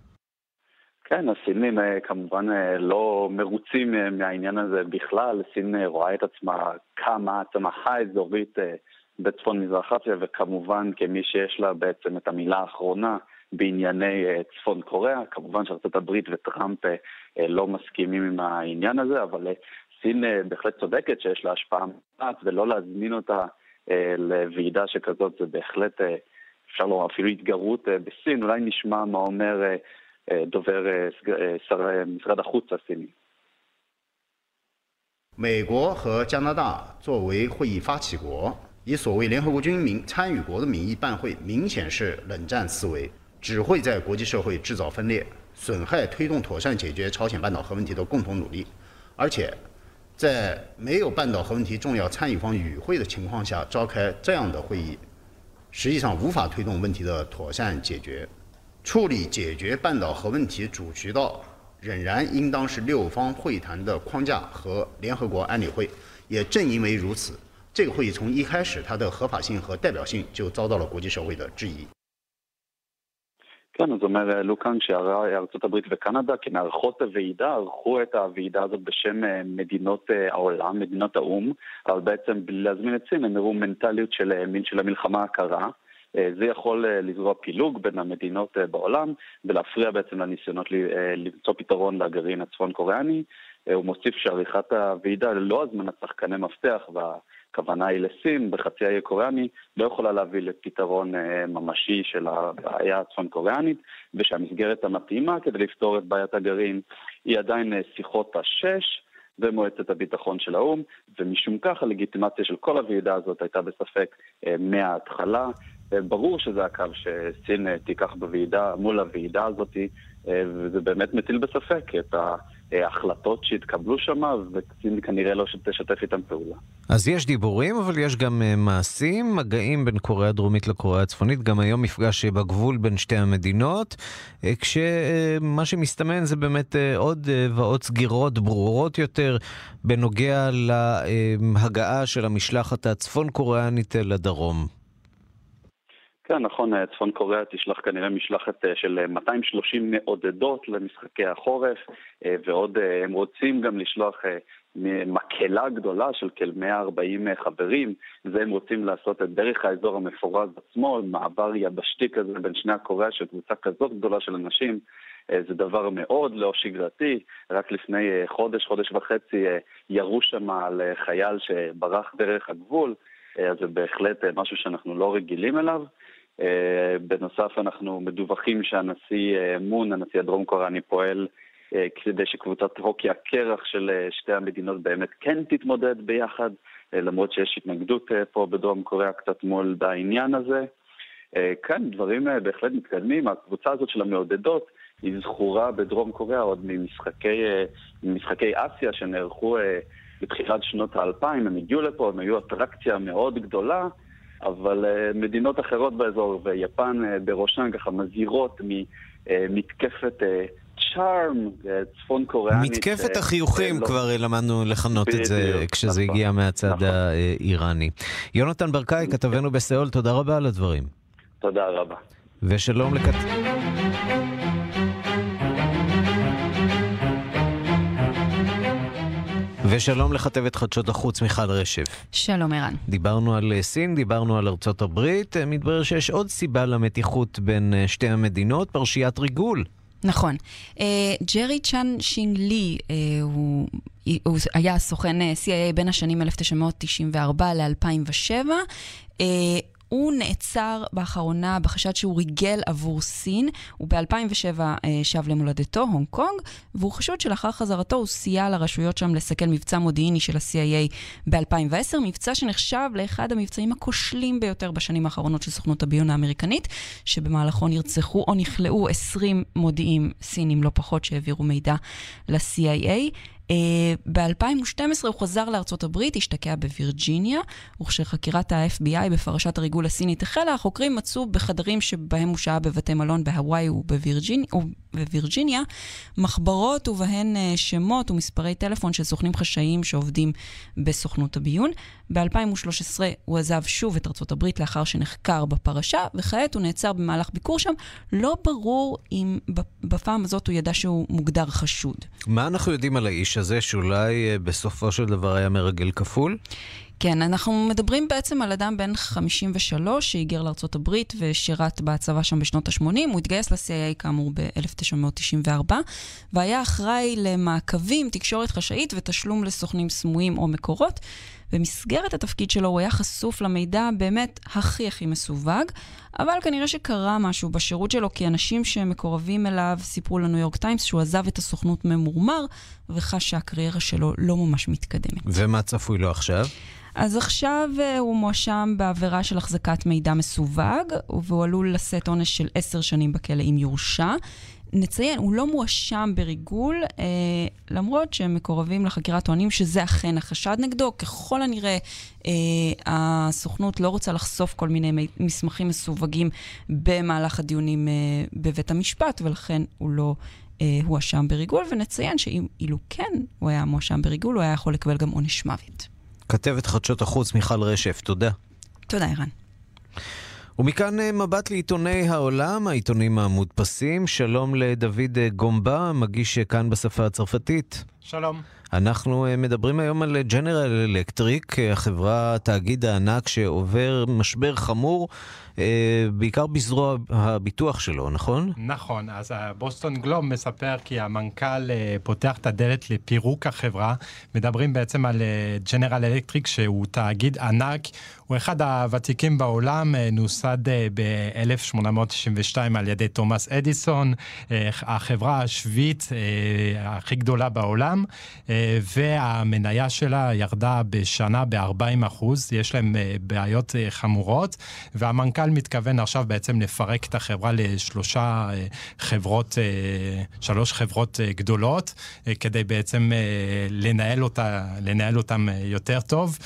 כן, הסינים כמובן לא מרוצים מהעניין הזה בכלל. סין רואה את עצמה כמעצמה אזורית בצפון מזרח אסיה, וכמובן כמי שיש לה בעצם את המילה האחרונה בענייני צפון קוריאה. כמובן שארצות הברית וטראמפ לא מסכימים עם העניין הזה, אבל סין בהחלט צודקת שיש לה השפעה מעט, ולא להזמין אותה לוועידה שכזאת זה בהחלט, אפשר לו אפילו התגרות בסין. אולי נשמע מה אומר דובר משרד החוץ הסיני. 美国和加拿大作为会议发起国，以所谓联合国军民参与国的名义办会，明显是冷战思维，只会在国际社会制造分裂，损害推动妥善解决朝鲜半岛核问题的共同努力。而且，在没有半岛核问题重要参与方与会的情况下召开这样的会议，实际上无法推动问题的妥善解决。处理解决半岛核问题主渠道仍然应当是六方会谈的框架和联合国安理会。也正因为如此，这个会议从一开始它的合法性和代表性就遭到了国际社会的质疑。 כן, אז אומר לוקאן שארצות הברית וקנדה כמארחות הוועידה ערכו את הוועידה הזאת בשם מדינות העולם, מדינות האום, אבל בעצם בלי להזמין את סין הם הראו מנטליות של, של המלחמה הקרה. זה יכול לזרוע פילוג בין המדינות בעולם ולהפריע בעצם לניסיונות למצוא פתרון לגרעין הצפון קוריאני. הוא מוסיף שעריכת הוועידה ללא הזמנת שחקני מפתח והכוונה היא לסין בחצי האי קוריאני לא יכולה להביא לפתרון ממשי של הבעיה הצפון קוריאנית, ושהמסגרת המתאימה כדי לפתור את בעיית הגרעין היא עדיין שיחות השש ומועצת הביטחון של האום, ומשום כך הלגיטימציה של כל הוועידה הזאת הייתה בספק מההתחלה. ברור שזה הקו שסין תיקח בוועידה, מול הוועידה הזאת, וזה באמת מטיל בספק את ההחלטות שהתקבלו שם, וסין כנראה לא תשתף איתם פעולה. אז יש דיבורים, אבל יש גם מעשים, מגעים בין קוריאה הדרומית לקוריאה הצפונית, גם היום מפגש בגבול בין שתי המדינות, כשמה שמסתמן זה באמת עוד ועוד סגירות ברורות יותר, בנוגע להגעה של המשלחת הצפון קוריאנית לדרום. כן, נכון, צפון קוריאה תשלח כנראה משלחת של מאתיים ושלושים מעודדות למשחקי החורף, ועוד הם רוצים גם לשלוח מקהלה גדולה של כ-מאה וארבעים חברים, זה הם רוצים לעשות את דרך האזור המפורז עצמו, מעבר יבשתי כזה בין שני הקוריאה של קבוצה כזאת גדולה של אנשים, זה דבר מאוד לא שגרתי. רק לפני חודש, חודש וחצי ירו שם על חייל שברח דרך הגבול, אז זה בהחלט משהו שאנחנו לא רגילים אליו. בנוסף אנחנו מדווחים שהנשיא מון, הנשיא הדרום קוריאני, פועל כדי שקבוצת הוקי הקרח של שתי המדינות באמת כן תתמודד ביחד, למרות שיש התנגדות פה בדרום קוריאה קצת מול בעניין הזה. כאן דברים בהחלט מתקדמים. הקבוצה הזאת של המעודדות היא זכורה בדרום קוריאה עוד ממשחקי, ממשחקי אסיה שנערכו בתחילת שנות האלפיים. הם הגיעו לפה, הם היו אטרקציה מאוד גדולה, אבל מדינות אחרות באזור, ויפן בראשן ככה מזהירות ממתקפת צ'ארם צפון קוריאנית. מתקפת החיוכים כבר למדנו לכנות את זה כשזה הגיע מהצד האיראני. יונתן ברקאי, כתבנו בסיאול, תודה רבה על הדברים. תודה רבה. ושלום לכת... ושלום לכתבת חדשות החוץ מיכל רשף. שלום ערן. דיברנו על סין, דיברנו על ארצות הברית, מתברר שיש עוד סיבה למתיחות בין שתי המדינות, פרשיית ריגול. נכון. ג'רי צ'אן שינג לי, הוא היה סוכן סי איי איי בין השנים אלף תשע מאות תשעים וארבע ל-אלפיים ושבע, הוא נעצר באחרונה בחשד שהוא ריגל עבור סין, הוא ב-אלפיים ושבע שב למולדתו, הונג קונג, והוא חשוד שלאחר חזרתו הוא סייע לרשויות שם לסכל מבצע מודיעיני של ה-סי איי איי ב-אלפיים ועשר, מבצע שנחשב לאחד המבצעים הכושלים ביותר בשנים האחרונות של סוכנות הביון האמריקנית, שבמהלכו נרצחו או נכלאו עשרים מודיעים סינים לא פחות שהעבירו מידע ל-סי איי איי. Uh, ב-אלפיים ושתים עשרה הוא חזר לארצות הברית, השתקע בווירג'יניה, וכשחקירת ה-אף בי איי בפרשת הריגול הסינית החלה, החוקרים מצאו בחדרים שבהם הוא שהה בבתי מלון בהוואי ובווירג'יניה, ובווירג'יניה מחברות ובהן uh, שמות ומספרי טלפון של סוכנים חשאיים שעובדים בסוכנות הביון. ב-אלפיים ושלוש עשרה הוא עזב שוב את ארצות הברית לאחר שנחקר בפרשה, וכעת הוא נעצר במהלך ביקור שם. לא ברור אם בפעם הזאת הוא ידע שהוא מוגדר חשוד. מה אנחנו יודעים על האיש הזה שאולי בסופו של דבר היה מרגל כפול? כן, אנחנו מדברים בעצם על אדם בן חמישים ושלוש שהיגר לארצות הברית ושירת בצבא שם בשנות ה-שמונים. הוא התגייס ל-סי איי איי כאמור ב-אלף תשע מאות תשעים וארבע, והיה אחראי למעקבים, תקשורת חשאית ותשלום לסוכנים סמויים או מקורות. במסגרת התפקיד שלו הוא היה חשוף למידע באמת הכי הכי מסווג, אבל כנראה שקרה משהו בשירות שלו, כי אנשים שמקורבים אליו סיפרו לניו יורק טיימס שהוא עזב את הסוכנות ממורמר, וחש שהקריירה שלו לא ממש מתקדמת. ומה צפוי לו עכשיו? אז עכשיו הוא מואשם בעבירה של החזקת מידע מסווג, והוא עלול לשאת עונש של עשר שנים בכלא עם יורשה. נציין, הוא לא מואשם בריגול, אה, למרות שהם מקורבים לחקירה טוענים שזה אכן החשד נגדו. ככל הנראה, אה, הסוכנות לא רוצה לחשוף כל מיני מסמכים מסווגים במהלך הדיונים אה, בבית המשפט, ולכן הוא לא אה, הואשם בריגול. ונציין שאילו כן הוא היה מואשם בריגול, הוא היה יכול לקבל גם עונש מוות. כתבת חדשות החוץ מיכל רשף, תודה. תודה, ערן. ומכאן מבט לעיתוני העולם, העיתונים המודפסים. שלום לדוד גומבה, מגיש כאן בשפה הצרפתית. שלום. אנחנו מדברים היום על ג'נרל אלקטריק, החברה, תאגיד הענק שעובר משבר חמור, בעיקר בזרוע הביטוח שלו, נכון? נכון, אז בוסטון גלוב מספר כי המנכ"ל פותח את הדלת לפירוק החברה. מדברים בעצם על ג'נרל אלקטריק שהוא תאגיד ענק, הוא אחד הוותיקים בעולם, נוסד ב-אלף שמונה מאות תשעים ושתיים על ידי תומאס אדיסון, החברה השביעית הכי גדולה בעולם, והמניה שלה ירדה בשנה ב-ארבעים אחוז, יש להם בעיות חמורות, והמנכ"ל מתכוון עכשיו בעצם לפרק את החברה לשלושה חברות, שלוש חברות גדולות, כדי בעצם לנהל אותה, לנהל אותם יותר טוב,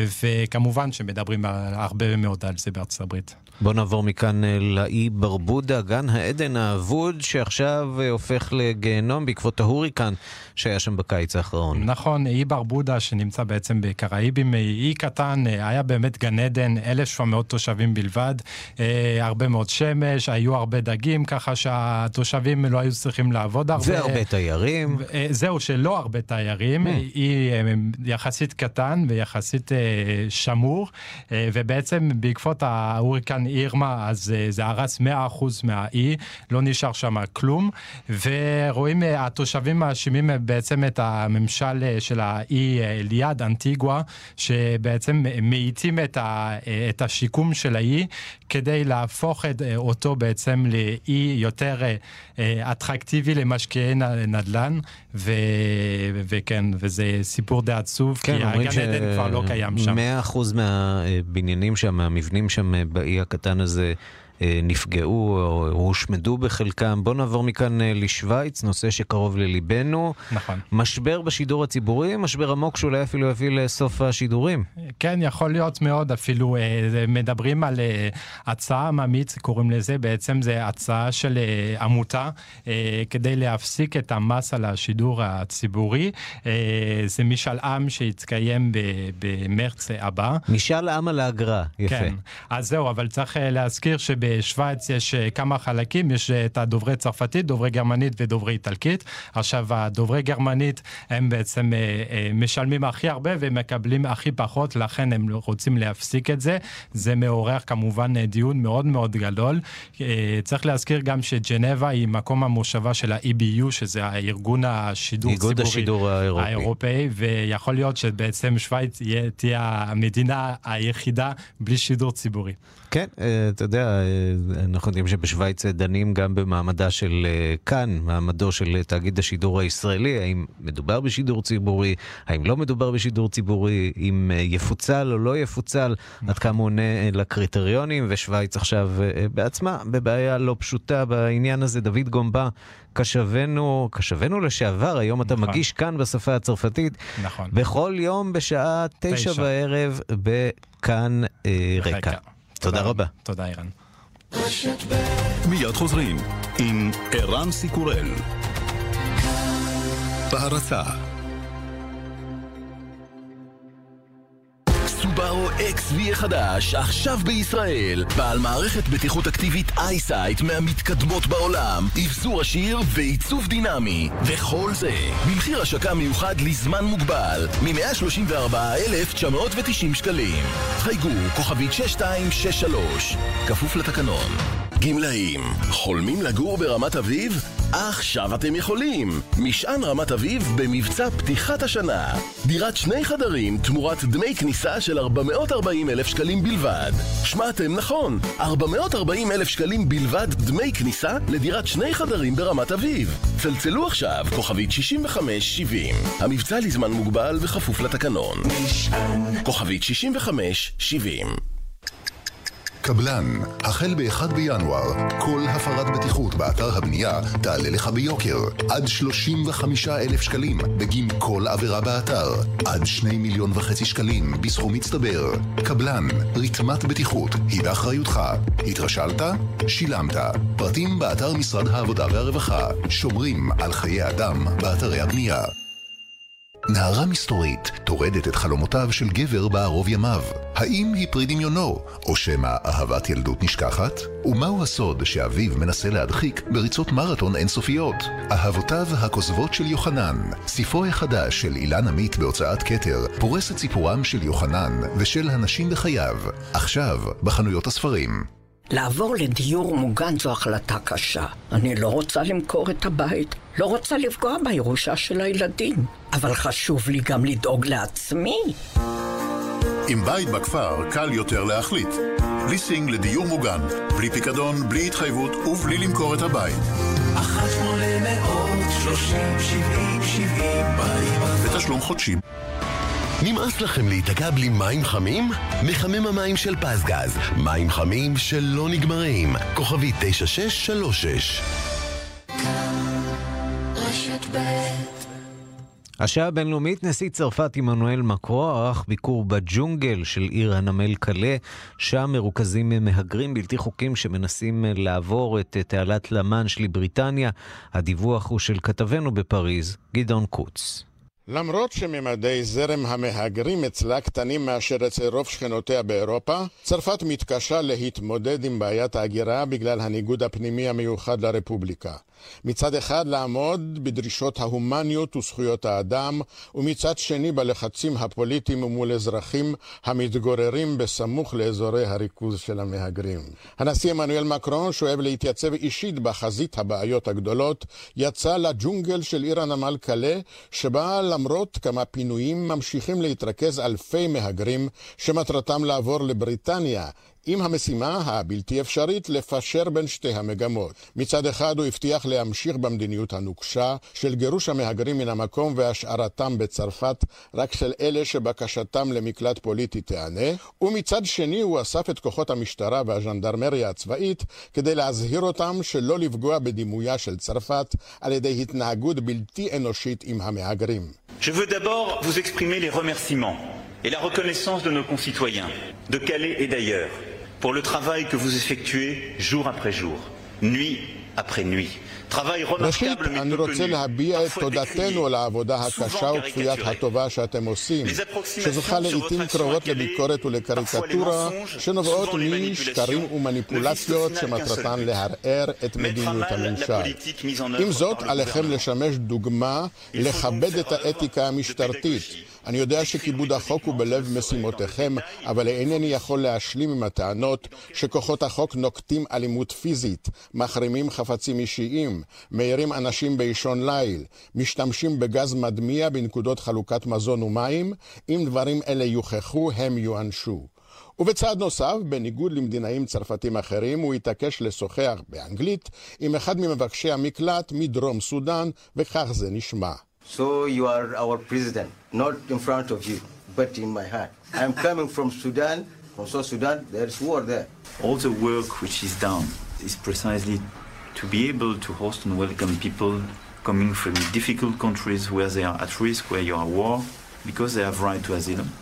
וכמובן שמדברים הרבה מאוד על זה בארצות הברית. בוא נעבור מכאן לאי ברבודה, גן העדן האבוד, שעכשיו הופך לגיהנום בעקבות ההוריקן שהיה שם בקיץ האחרון. נכון, אי ברבודה שנמצא בעצם בקראיבים, אי קטן, היה באמת גן עדן, אלף ושבע מאות תושבים בלבד, הרבה מאוד שמש, היו הרבה דגים, ככה שהתושבים לא היו צריכים לעבוד הרבה. והרבה תיירים. זהו, שלא הרבה תיירים, אי יחסית קטן ויחסית שמור, ובעצם בעקבות ההוריקן אירמה, אז זה הרס מאה אחוז מהאי, לא נשאר שם כלום, ורואים התושבים מאשימים בעצם את הממשל של האי ליד אנטיגואה, שבעצם מאיטים את, ה, את השיקום של האי, כדי להפוך את אותו בעצם לאי יותר אטרקטיבי למשקיעי נדל"ן, ו, וכן, וזה סיפור די עצוב, כן, כי הגן עדן כבר לא קיים שם. מאה אחוז מהבניינים שם, מהמבנים שם באי הקטן הזה, נפגעו או הושמדו בחלקם. בוא נעבור מכאן לשוויץ, נושא שקרוב לליבנו. נכון. משבר בשידור הציבורי, משבר עמוק שאולי אפילו יביא לסוף השידורים. כן, יכול להיות מאוד, אפילו מדברים על הצעה עממית, קוראים לזה, בעצם זה הצעה של עמותה, כדי להפסיק את המס על השידור הציבורי. זה משאל עם שהתקיים במרץ הבא. משאל עם על האגרה, יפה. כן, אז זהו, אבל צריך להזכיר שב בשוויץ יש כמה חלקים, יש את הדוברי צרפתית, דוברי גרמנית ודוברי איטלקית. עכשיו, הדוברי גרמנית הם בעצם משלמים הכי הרבה ומקבלים הכי פחות, לכן הם רוצים להפסיק את זה. זה מעורר כמובן דיון מאוד מאוד גדול. צריך להזכיר גם שג'נבה היא מקום המושבה של ה-אי בי יו, שזה הארגון השידור איגוד השידור האירופי. האירופאי, ויכול להיות שבעצם שוויץ תהיה המדינה היחידה בלי שידור ציבורי. כן, אתה יודע, אנחנו יודעים שבשוויץ דנים גם במעמדה של כאן, מעמדו של תאגיד השידור הישראלי, האם מדובר בשידור ציבורי, האם לא מדובר בשידור ציבורי, אם יפוצל או לא יפוצל, עד כמה עונה לקריטריונים, ושוויץ עכשיו בעצמה בבעיה לא פשוטה בעניין הזה. דוד גומבה, קשבנו, קשבנו לשעבר, היום אתה מגיש כאן בשפה הצרפתית, נכון. בכל יום בשעה תשע בערב בכאן רקע. תודה רבה. תודה, אירן. מיד חוזרים עם ערן סיקורל. בהרצה סובארו אקס וי החדש, עכשיו בישראל, בעל מערכת בטיחות אקטיבית אייסייט מהמתקדמות בעולם, אבזור עשיר ועיצוב דינמי, וכל זה במחיר השקה מיוחד לזמן מוגבל מ-מאה שלושים וארבעה אלף תשע מאות ותשעים שקלים. חייגו כוכבית שש שתיים שש שלוש, כפוף לתקנון. גמלאים, חולמים לגור ברמת אביב? עכשיו אתם יכולים. משען רמת אביב במבצע פתיחת השנה. דירת שני חדרים תמורת דמי כניסה של ארבע מאות וארבעים אלף שקלים בלבד. שמעתם נכון, ארבע מאות וארבעים אלף שקלים בלבד דמי כניסה לדירת שני חדרים ברמת אביב. צלצלו עכשיו, כוכבית שישים וחמש שבעים. המבצע לזמן מוגבל וכפוף לתקנון. משען. כוכבית שישים וחמש שבעים. קבלן, החל ב-אחד בינואר, כל הפרת בטיחות באתר הבנייה תעלה לך ביוקר עד שלושים וחמישה אלף שקלים בגין כל עבירה באתר, עד שני מיליון וחצי שקלים בסכום מצטבר. קבלן, רתמת בטיחות היא באחריותך. התרשלת? שילמת. פרטים באתר משרד העבודה והרווחה. שומרים על חיי אדם באתרי הבנייה. נערה מסתורית טורדת את חלומותיו של גבר בערוב ימיו. האם היא פרי דמיונו, או שמא אהבת ילדות נשכחת? ומהו הסוד שאביו מנסה להדחיק בריצות מרתון אינסופיות? אהבותיו הכוזבות של יוחנן. ספרו החדש של אילן עמית בהוצאת כתר פורס את סיפורם של יוחנן ושל הנשים בחייו. עכשיו בחנויות הספרים. לעבור לדיור מוגן זו החלטה קשה. אני לא רוצה למכור את הבית, לא רוצה לפגוע בירושה של הילדים, אבל חשוב לי גם לדאוג לעצמי. עם בית בכפר קל יותר להחליט. ליסינג לדיור מוגן, בלי פיקדון, בלי התחייבות ובלי למכור את הבית. אחת שמונה מאות שלושים שבעים שבעים ותשלום חודשי. נמאס לכם להתקע בלי מים חמים? מחמם המים של פסגז. מים חמים שלא נגמרים. כוכבי תשע שש שלוש שש. השעה הבינלאומית, נשיא צרפת עמנואל מקרון ערך ביקור בג'ונגל של עיר הנמל קלה, שם מרוכזים מהגרים בלתי חוקיים שמנסים לעבור את תעלת למאנש לבריטניה. הדיווח הוא של כתבנו בפריז, גדעון קוץ. למרות שממדי זרם המהגרים אצלה קטנים מאשר אצל רוב שכנותיה באירופה, צרפת מתקשה להתמודד עם בעיית ההגירה בגלל הניגוד הפנימי המיוחד לרפובליקה. מצד אחד לעמוד בדרישות ההומניות וזכויות האדם, ומצד שני בלחצים הפוליטיים ומול אזרחים המתגוררים בסמוך לאזורי הריכוז של המהגרים. הנשיא עמנואל מקרון, שאוהב להתייצב אישית בחזית הבעיות הגדולות, יצא לג'ונגל של עיר הנמל קלה, שבה למרות כמה פינויים ממשיכים להתרכז אלפי מהגרים שמטרתם לעבור לבריטניה, עם המשימה הבלתי אפשרית לפשר בין שתי המגמות. מצד אחד הוא הבטיח להמשיך במדיניות הנוקשה של גירוש המהגרים מן המקום והשארתם בצרפת רק של אלה שבקשתם למקלט פוליטי תענה, ומצד שני הוא אסף את כוחות המשטרה והז'נדרמריה הצבאית כדי להזהיר אותם שלא לפגוע בדימויה של צרפת על ידי התנהגות בלתי אנושית עם המהגרים. Je veux d'abord vous exprimer les remerciements et la reconnaissance de nos concitoyens, de Calais et d'ailleurs, pour le travail que vous effectuez jour après jour, nuit après nuit. ראשית, אני רוצה להביע את תודתנו על העבודה הקשה וכפוית הטובה שאתם עושים, שזוכה לעתים קרובות לביקורת ולקריקטורה שנובעות משקרים ומניפולציות שמטרתן לערער את מדיניות הממשל. עם זאת, עליכם לשמש דוגמה לכבד את האתיקה המשטרתית. אני יודע שכיבוד החוק הוא בלב משימותיכם, אבל אינני יכול להשלים עם הטענות שכוחות החוק נוקטים אלימות פיזית, מחרימים חפצים אישיים, מאירים אנשים באישון ליל, משתמשים בגז מדמיע בנקודות חלוקת מזון ומים. אם דברים אלה יוכחו, הם יואנשו. ובצד נוסף, בניגוד למדינאים צרפתים אחרים, הוא התעקש לשוחח באנגלית עם אחד ממבקשי המקלט מדרום סודן, וכך זה נשמע. So you are our president, not in front of you, but in my heart. I am coming from Sudan, from South Sudan, there is war there. All the work which is done is precisely to be able to host and welcome people coming from difficult countries where they are at risk, where you are war, because they have right to asylum.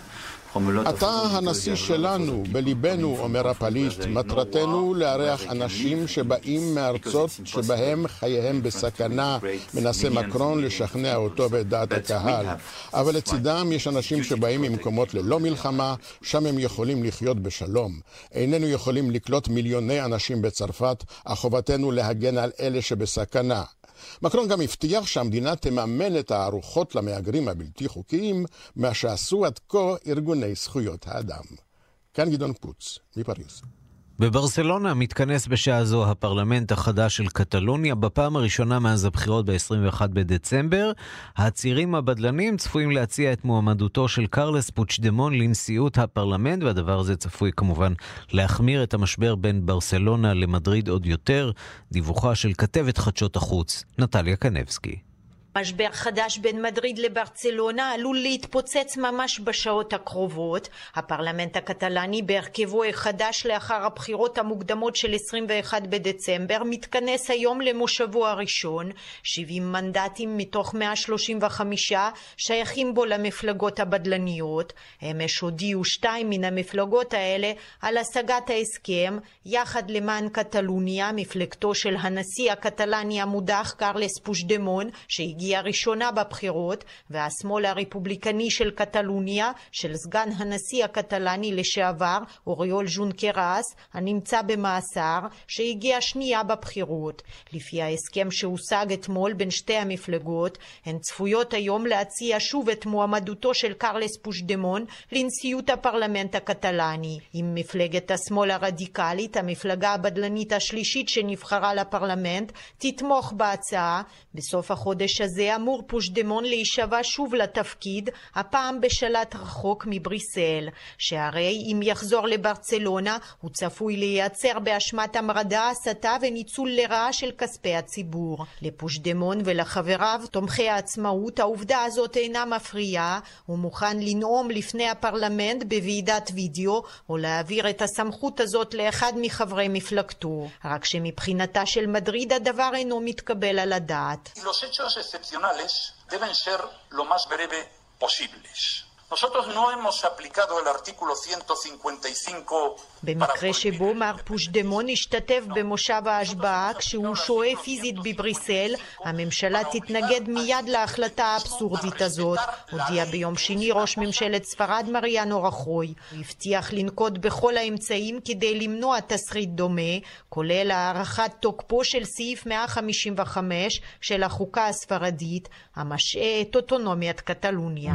אתה הנשיא שלנו, בליבנו, אומר הפליט, מטרתנו לארח אנשים שבאים מארצות שבהם חייהם בסכנה. מנסה מקרון לשכנע אותו בדעת הקהל. אבל לצידם יש אנשים שבאים ממקומות ללא מלחמה, שם הם יכולים לחיות בשלום. איננו יכולים לקלוט מיליוני אנשים בצרפת, אך חובתנו להגן על אלה שבסכנה. מקרון גם הבטיח שהמדינה תממן את הארוחות למהגרים הבלתי חוקיים, מה שעשו עד כה ארגוני זכויות האדם. כאן גדעון קוץ, מפריז. בברסלונה מתכנס בשעה זו הפרלמנט החדש של קטלוניה, בפעם הראשונה מאז הבחירות ב-עשרים ואחד בדצמבר. הצירים הבדלנים צפויים להציע את מועמדותו של קרלס פוצ'דמון לנשיאות הפרלמנט, והדבר הזה צפוי כמובן להחמיר את המשבר בין ברסלונה למדריד עוד יותר. דיווחה של כתבת חדשות החוץ, נטליה קנבסקי. משבר חדש בין מדריד לברצלונה עלול להתפוצץ ממש בשעות הקרובות. הפרלמנט הקטלני בהרכבו החדש לאחר הבחירות המוקדמות של עשרים ואחד בדצמבר מתכנס היום למושבו הראשון. שבעים מנדטים מתוך מאה שלושים וחמש שייכים בו למפלגות הבדלניות. אמש הודיעו שתיים מן המפלגות האלה על השגת ההסכם. יחד למען קטלוניה, מפלגתו של הנשיא הקטלני המודח קרלס פוצ'דמון, שהגיע הגיעה ראשונה בבחירות, והשמאל הרפובליקני של קטלוניה, של סגן הנשיא הקטלני לשעבר, אוריול ז'ונקרס, הנמצא במאסר, שהגיע שנייה בבחירות. לפי ההסכם שהושג אתמול בין שתי המפלגות, הן צפויות היום להציע שוב את מועמדותו של קרלס פושדמון לנשיאות הפרלמנט הקטלני. עם מפלגת השמאל הרדיקלית, המפלגה הבדלנית השלישית שנבחרה לפרלמנט, תתמוך בהצעה. בסוף החודש הזה אמור פושדמון להישבע שוב לתפקיד, הפעם בשלט רחוק מבריסל, שהרי אם יחזור לברצלונה הוא צפוי לייצר באשמת המרדה, הסתה וניצול לרעה של כספי הציבור. לפושדמון ולחבריו תומכי העצמאות העובדה הזאת אינה מפריעה, הוא מוכן לנאום לפני הפרלמנט בוועידת וידאו או להעביר את הסמכות הזאת לאחד מחברי מפלגתו, רק שמבחינתה של מדריד הדבר אינו מתקבל על הדעת. Los hechos excepcionales deben ser lo más breve posibles. Nosotros no hemos aplicado el artículo ciento cincuenta y cinco. במקרה שבו מר פושדמון השתתף במושב ההשבעה כשהוא שוהה פיזית בבריסל, הממשלה תתנגד מיד להחלטה האבסורדית הזאת, הודיע ביום שני ראש ממשלת ספרד מריאנו רחוי. הוא הבטיח לנקוט בכל האמצעים כדי למנוע תסריט דומה, כולל הארכת תוקפו של סעיף מאה חמישים וחמש של החוקה הספרדית, המשעה את אוטונומיית קטלוניה.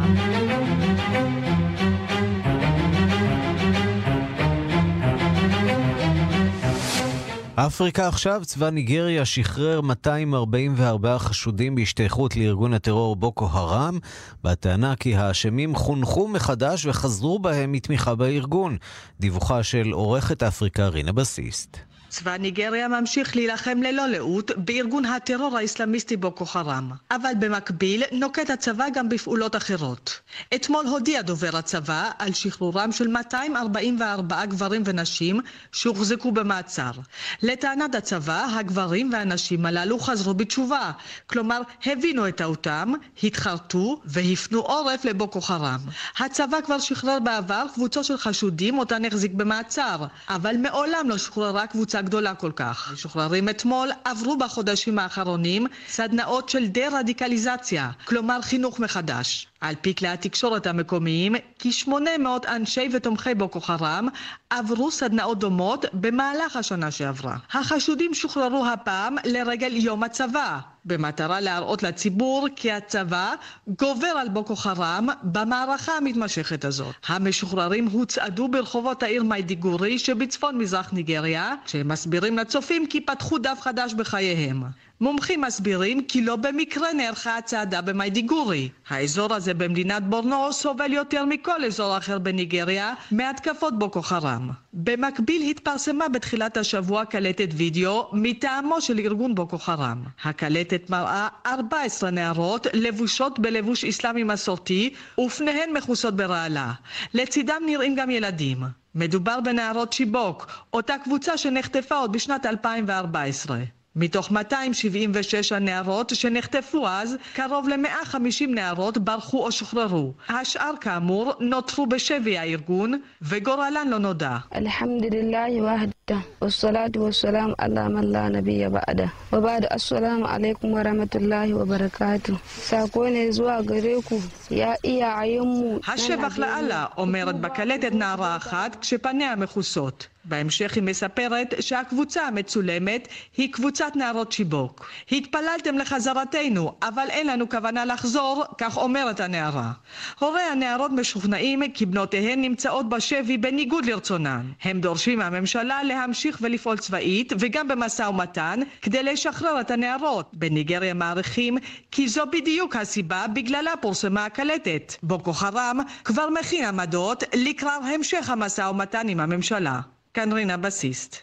אפריקה עכשיו, צבא ניגריה שחרר מאתיים ארבעים וארבעה חשודים בהשתייכות לארגון הטרור בוקו הרם, בטענה כי האשמים חונכו מחדש וחזרו בהם מתמיכה בארגון. דיווחה של עורכת אפריקה רינה בסיסט. צבא ניגריה ממשיך להילחם ללא לאות בארגון הטרור האסלאמיסטי בוקו חרם. אבל במקביל נוקט הצבא גם בפעולות אחרות. אתמול הודיע דובר הצבא על שחרורם של מאתיים ארבעים וארבעה גברים ונשים שהוחזקו במעצר. לטענת הצבא, הגברים והנשים הללו חזרו בתשובה. כלומר, הבינו את טעותם, התחרטו והפנו עורף לבוקו חרם. הצבא כבר שחרר בעבר קבוצות של חשודים אותן החזיק במעצר, אבל מעולם לא שחררה קבוצה גדולה כל כך. משוחררים אתמול עברו בחודשים האחרונים סדנאות של דה-רדיקליזציה, כלומר חינוך מחדש. על פי כלי התקשורת המקומיים, כ-שמונה מאות אנשי ותומכי בוקו חרם עברו סדנאות דומות במהלך השנה שעברה. החשודים שוחררו הפעם לרגל יום הצבא, במטרה להראות לציבור כי הצבא גובר על בוקו חרם במערכה המתמשכת הזאת. המשוחררים הוצעדו ברחובות העיר מיידיגורי שבצפון מזרח ניגריה, כשהם מסבירים לצופים כי פתחו דף חדש בחייהם. מומחים מסבירים כי לא במקרה נערכה הצעדה במיידיגורי. האזור הזה במדינת בורנו סובל יותר מכל אזור אחר בניגריה מהתקפות בוקו חרם. במקביל התפרסמה בתחילת השבוע קלטת וידאו מטעמו של ארגון בוקו חרם. הקלטת מראה ארבע עשרה נערות לבושות בלבוש אסלאמי מסורתי ופניהן מכוסות ברעלה. לצידם נראים גם ילדים. מדובר בנערות שיבוק, אותה קבוצה שנחטפה עוד בשנת אלפיים וארבע עשרה. מתוך מאתיים שבעים ושש הנערות שנחטפו אז, קרוב ל-מאה וחמישים נערות ברחו או שוחררו. השאר כאמור נותרו בשבי הארגון וגורלן לא נודע. אלחמדולillah wahda wassalatu wassalam ala man la nabiyya ba'da wa ba'da assalamu alaikum wa rahmatullahi wa barakatuh. סאקו ne zuwa gare ku ya iyayenmu. השבח לאללה, אומרת בקלטת נערה אחת כשפניה מכוסות. בהמשך היא מספרת שהקבוצה המצולמת היא קבוצת נערות שיבוק. התפללתם לחזרתנו, אבל אין לנו כוונה לחזור, כך אומרת הנערה. הורי הנערות משוכנעים כי בנותיהן נמצאות בשבי בניגוד לרצונן. הם דורשים מהממשלה להמשיך ולפעול צבאית וגם במשא ומתן כדי לשחרר את הנערות. בניגריה מעריכים כי זו בדיוק הסיבה בגללה פורסמה הקלטת. בוקו חרם כבר מכין עמדות לקראת המשך המשא ומתן עם הממשלה. כאן רינה בסיסט.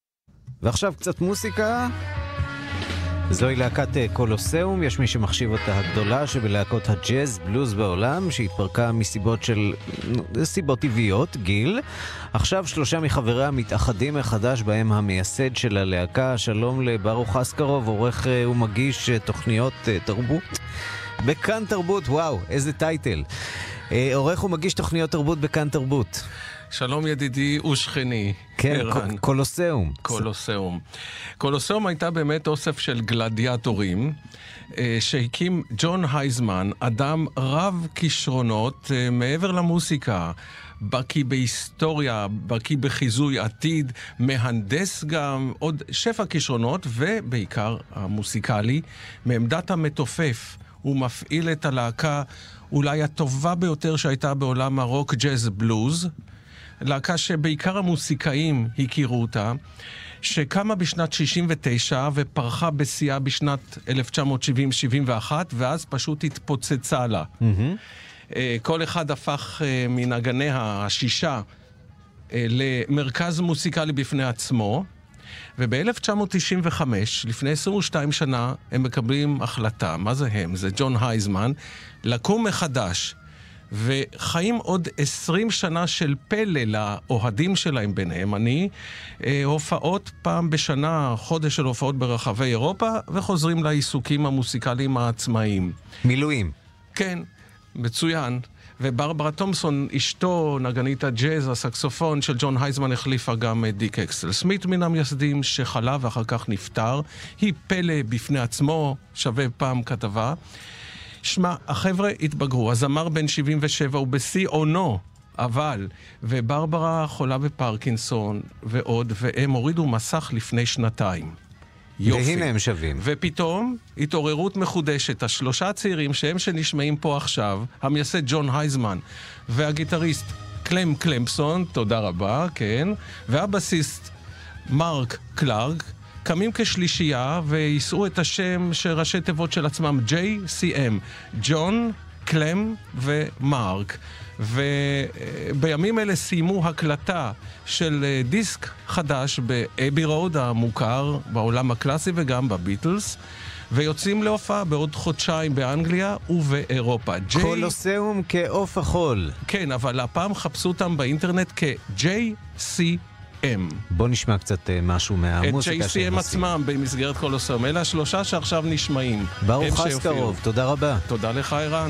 ועכשיו קצת מוסיקה. זוהי להקת קולוסאום, יש מי שמחשיב אותה הגדולה שבלהקות הג'אז בלוז בעולם, שהתפרקה מסיבות של סיבות טבעיות, גיל. עכשיו שלושה מחבריה מתאחדים מחדש, בהם המייסד של הלהקה. שלום לברוך אסקרוב, עורך ומגיש תוכניות תרבות בכאן תרבות. וואו, איזה טייטל. עורך ומגיש תוכניות תרבות בכאן תרבות. שלום ידידי ושכני. כן, קולוסיאום. קולוסיאום. קולוסיאום הייתה באמת אוסף של גלדיאטורים, שהקים ג'ון הייזמן, אדם רב כישרונות מעבר למוסיקה, בקי בהיסטוריה, בקי בחיזוי עתיד, מהנדס גם, עוד שפע כישרונות, ובעיקר המוסיקלי, מעמדת המתופף. הוא מפעיל את הלהקה אולי הטובה ביותר שהייתה בעולם הרוק, ג'אז, בלוז, להקה שבעיקר המוסיקאים הכירו אותה, שקמה בשנת שישים ותשע ופרחה בשיאה בשנת אלף תשע מאות שבעים שבעים ואחת, ואז פשוט התפוצצה לה. Mm-hmm. כל אחד הפך מנגניה השישה למרכז מוסיקלי בפני עצמו, וב-אלף תשע מאות תשעים וחמש, לפני עשרים ושתיים שנה, הם מקבלים החלטה. מה זה הם? זה ג'ון הייזמן, לקום מחדש, וחיים עוד עשרים שנה של פלא לאוהדים שלהם ביניהם. אני, הופעות פעם בשנה, חודש של הופעות ברחבי אירופה, וחוזרים לעיסוקים המוסיקליים העצמאיים. מילואים. כן, מצוין. וברברה תומפסון, אשתו, נגנית הג'אז, הסקסופון של ג'ון הייזמן, החליפה גם את דיק אקסל סמית מן המייסדים, שחלה ואחר כך נפטר. היא פלא בפני עצמו, שווה פעם כתבה. שמע, החבר'ה התבגרו, הזמר בן שבעים ושבע הוא בשיא עונו, אבל, וברברה חולה בפרקינסון ועוד, והם הורידו מסך לפני שנתיים. יופי. והנה הם שווים. ופתאום התעוררות מחודשת. השלושה צעירים שהם שנשמעים פה עכשיו, המייסד ג'ון הייזמן, והגיטריסט קלם קלמפסון, תודה רבה, כן, והבסיסט מרק קלארק, קמים כשלישייה ויישאו את השם שראשי תיבות של עצמם, ג'יי סי אם, ג'ון, קלם ומרק. ובימים אלה סיימו הקלטה של דיסק חדש באבי רוד המוכר בעולם הקלאסי וגם בביטלס, ויוצאים להופעה בעוד חודשיים באנגליה ובאירופה. קולוסיאום כעוף החול. כן, אבל הפעם חפשו אותם באינטרנט כ-ג'יי סי אם. בוא נשמע קצת משהו מהמוזיקה. את ג'יי סי אם עצמם במסגרת קולוסיאום. אלה השלושה שעכשיו נשמעים. ברוך אסקרוב, תודה רבה. תודה לך ערן.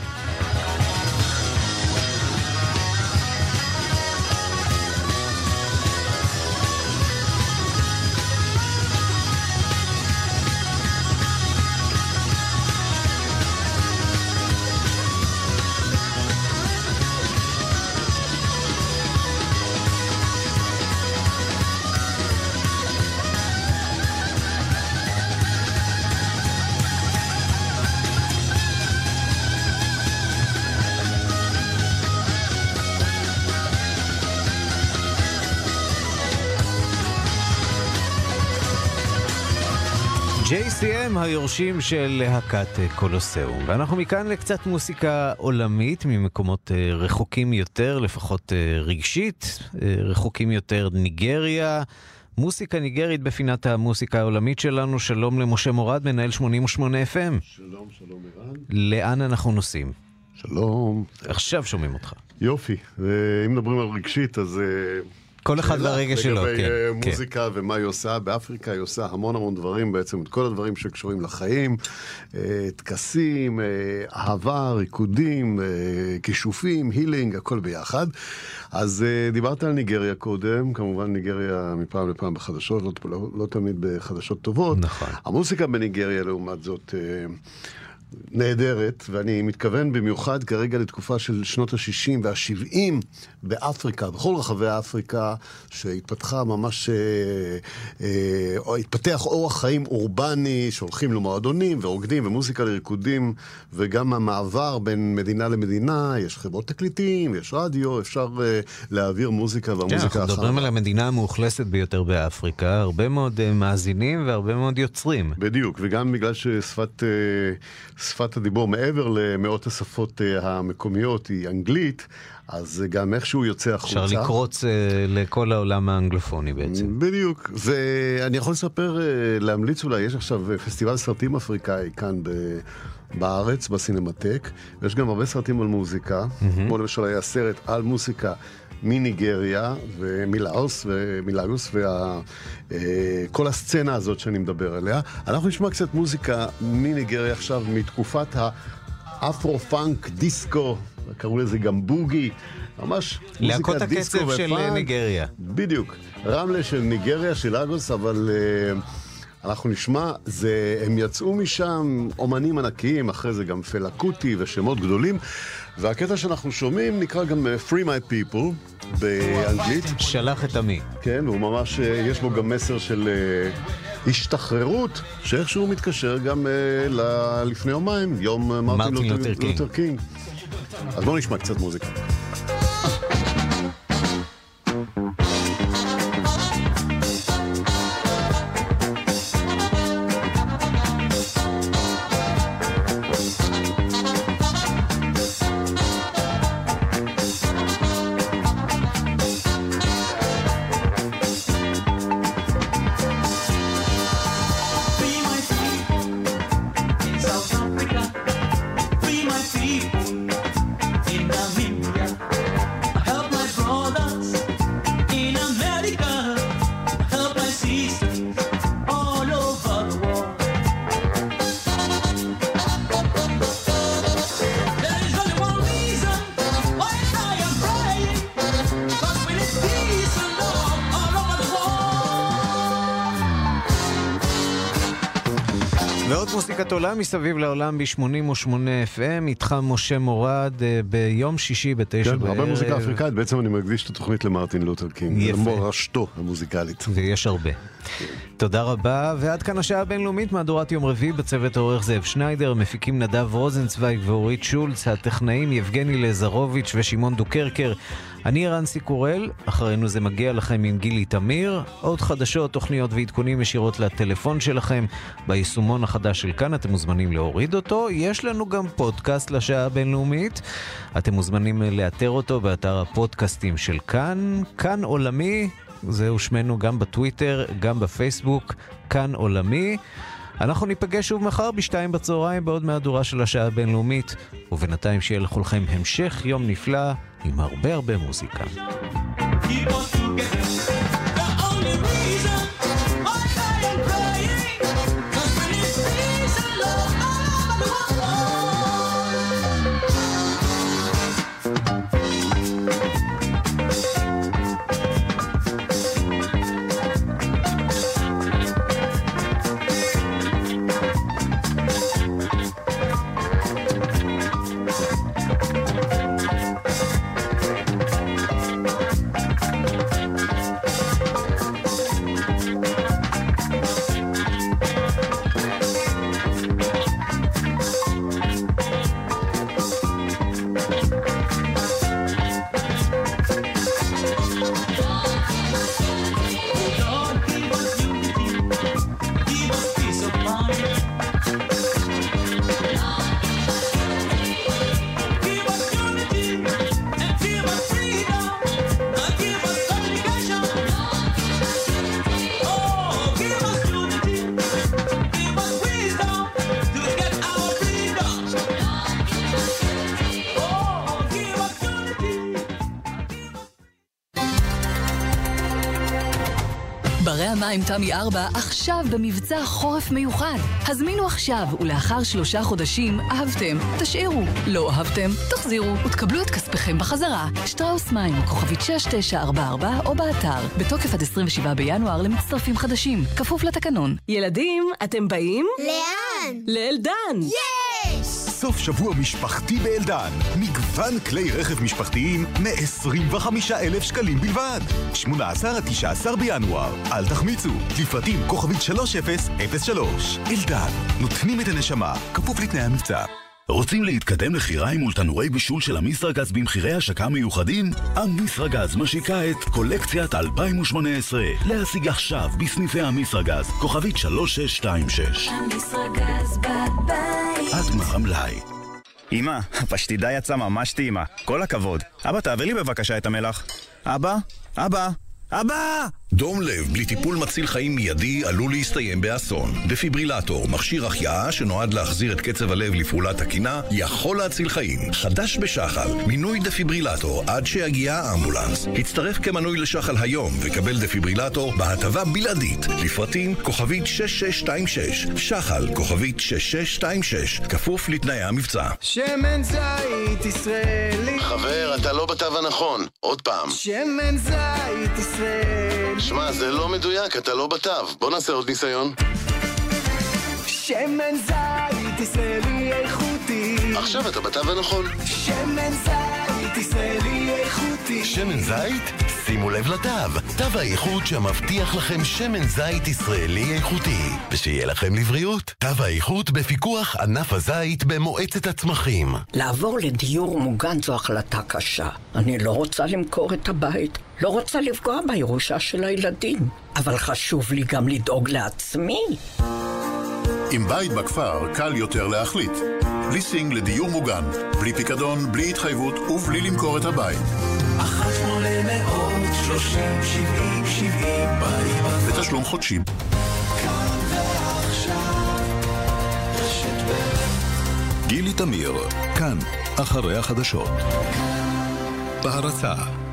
ג'יי סי אם, היורשים של להקת קולוסיאום. ואנחנו מכאן לקצת מוסיקה עולמית, ממקומות רחוקים יותר, לפחות רגשית, רחוקים יותר ניגריה. מוסיקה ניגרית בפינת המוסיקה העולמית שלנו. שלום למשה מורד, מנהל שמונים ושמונה אף אם. שלום, שלום ערן. לאן אנחנו נוסעים? שלום. עכשיו שומעים אותך. יופי. אם מדברים על רגשית, אז... כל אחד והרגע שלו, כן. לגבי מוזיקה ומה היא עושה. באפריקה היא עושה המון המון דברים, בעצם את כל הדברים שקשורים לחיים, תקסים, אהבה, ריקודים, כישופים, הילינג, הכל ביחד. אז דיברת על ניגריה קודם, כמובן ניגריה מפעם לפעם בחדשות, לא, לא, לא תמיד בחדשות טובות. נכון. המוזיקה בניגריה לעומת זאת... נהדרת, ואני מתכוון במיוחד כרגע לתקופה של שנות ה-שישים וה-שבעים באפריקה, בכל רחבי אפריקה, שהתפתחה ממש, אה, אה, התפתח אורח חיים אורבני, שהולכים למועדונים ורוקדים ומוזיקה לריקודים, וגם המעבר בין מדינה למדינה, יש חברות תקליטים, יש רדיו, אפשר אה, להעביר מוזיקה והמוזיקה אחרת. אנחנו מדברים על המדינה המאוכלסת ביותר באפריקה, הרבה מאוד אה, מאזינים והרבה מאוד יוצרים. בדיוק, וגם בגלל ששפת... אה, שפת הדיבור מעבר למאות השפות המקומיות היא אנגלית, אז גם איכשהו יוצא החוצה. אפשר לקרוץ uh, לכל העולם האנגלופוני בעצם. בדיוק, ואני יכול לספר, uh, להמליץ אולי, יש עכשיו פסטיבל סרטים אפריקאי כאן ב... בארץ, בסינמטק, ויש גם הרבה סרטים על מוזיקה, mm-hmm. כמו למשל היה סרט על מוזיקה מניגריה ומלאוס ומלאגוס וכל הסצנה הזאת שאני מדבר עליה. אנחנו נשמע קצת מוזיקה מניגריה עכשיו מתקופת האפרו-פאנק דיסקו קראו לזה גם בוגי, ממש להקות הקצב של ניגריה. בדיוק, רמלה של ניגריה, של לגוס, אבל uh, אנחנו נשמע, זה, הם יצאו משם אומנים ענקיים, אחרי זה גם פלה קוטי ושמות גדולים, והקטע שאנחנו שומעים נקרא גם Free My People באנגלית. שלח את עמי. כן, והוא ממש, יש בו גם מסר של uh, השתחררות, שאיכשהו מתקשר גם uh, ל- לפני יומיים, יום uh, מרטין לותר, לותר קינג. אז בואו נשמע קצת מוזיקה. מוזיקת עולם מסביב לעולם ב-שמונים ושמונה אף אם, איתך משה מורד ביום שישי בתשע כן, בערב. הרבה מוזיקה אפריקאית, בעצם אני מקדיש את התוכנית למרטין לותר קינג. יפה. מורשתו המוזיקלית. ויש הרבה. תודה רבה, ועד כאן השעה הבינלאומית, מהדורת יום רביעי, בצוות העורך זאב שניידר, מפיקים נדב רוזנצוויג ואורית שולץ, הטכנאים יבגני לזרוביץ' ושמעון דוקרקר. אני רנסי קורל, אחרינו זה מגיע לכם עם גילי תמיר, עוד חדשות, תוכניות ועדכונים ישירות לטלפון שלכם, ביישומון החדש של כאן, אתם מוזמנים להוריד אותו, יש לנו גם פודקאסט לשעה הבינלאומית, אתם מוזמנים לאתר אותו באתר הפודקאסטים של כאן, כאן עולמי, זהו שמנו גם בטוויטר, גם בפייסבוק, כאן עולמי. אנחנו ניפגש שוב מחר בשתיים בצהריים בעוד מהדורה של השעה הבינלאומית, ובינתיים שיהיה לכולכם המשך יום נפלא עם הרבה הרבה מוזיקה. ברי המים תמי ארבע עכשיו במבצע חורף מיוחד. הזמינו עכשיו, ולאחר שלושה חודשים אהבתם, תשאירו. לא אהבתם, תחזירו ותקבלו את כספכם בחזרה. שטראוס מים, כוכבית שש תשע ארבע ארבע או באתר. בתוקף עד עשרים ושבעה בינואר למצטרפים חדשים. כפוף לתקנון. ילדים, אתם באים? לאן? לאלדן. יש! סוף שבוע משפחתי באלדן. מגוון כלי רכב משפחתיים מ-עשרים וחמישה אלף שקלים בלבד. שמונה עשר עד תשעה עשר בינואר. אל תחמיצו. לפרטים כוכבית שלוש אפס אפס שלוש. אלדן. נותנים את הנשמה. כפוף לתנאי המבצע. רוצים להתקדם לחיריים מול תנורי בישול של אמיסרגז במחירי השקה מיוחדים? אמיסרגז משיקה את קולקציית אלפיים ושמונה עשרה. להשיג עכשיו בסניפי אמיסרגז, כוכבית שלוש שש שתיים שש. אמיסרגז בבית. עד גמר המלאי. אמא, הפשטידה יצאה ממש טעימה. כל הכבוד. אבא, תעביר לי בבקשה את המלח. אבא? אבא? אבא! דום לב בלי טיפול מציל חיים מיידי עלול להסתיים באסון. דפיברילטור, מכשיר החייאה שנועד להחזיר את קצב הלב לפעולה תקינה, יכול להציל חיים. חדש בשחל, מינוי דפיברילטור עד שיגיע האמבולנס. הצטרף כמנוי לשחל היום וקבל דפיברילטור בהטבה בלעדית. לפרטים כוכבית שש שש שתיים שש. שחל כוכבית שש שש שתיים שש. כפוף לתנאי המבצע. שמן זית ישראלי. חבר, אתה לא בתו הנכון. עוד פעם. שמן זית ישראלי. שמע, זה לא מדויק, אתה לא בתו. בוא נעשה עוד ניסיון. שמן זית ישראלי איכותי. עכשיו אתה בתו הנכון. שמן זית ישראלי איכותי. שמן זית? שימו לב לתו. תו האיכות שמבטיח לכם שמן זית ישראלי איכותי. ושיהיה לכם לבריאות. תו האיכות בפיקוח ענף הזית במועצת הצמחים. לעבור לדיור מוגן זו החלטה קשה. אני לא רוצה למכור את הבית. לא רוצה לפגוע בירושה של הילדים. אבל חשוב לי גם לדאוג לעצמי. עם בית בכפר קל יותר להחליט. ליסינג לדיור מוגן, בלי פיקדון, בלי התחייבות ובלי למכור את הבית. אחת שמונה מאות שלושים שבעים שבעים בית. בתשלום חודשי. כאן ועכשיו רשת ב'. גילי תמיר, כאן, אחרי החדשות. בהרצה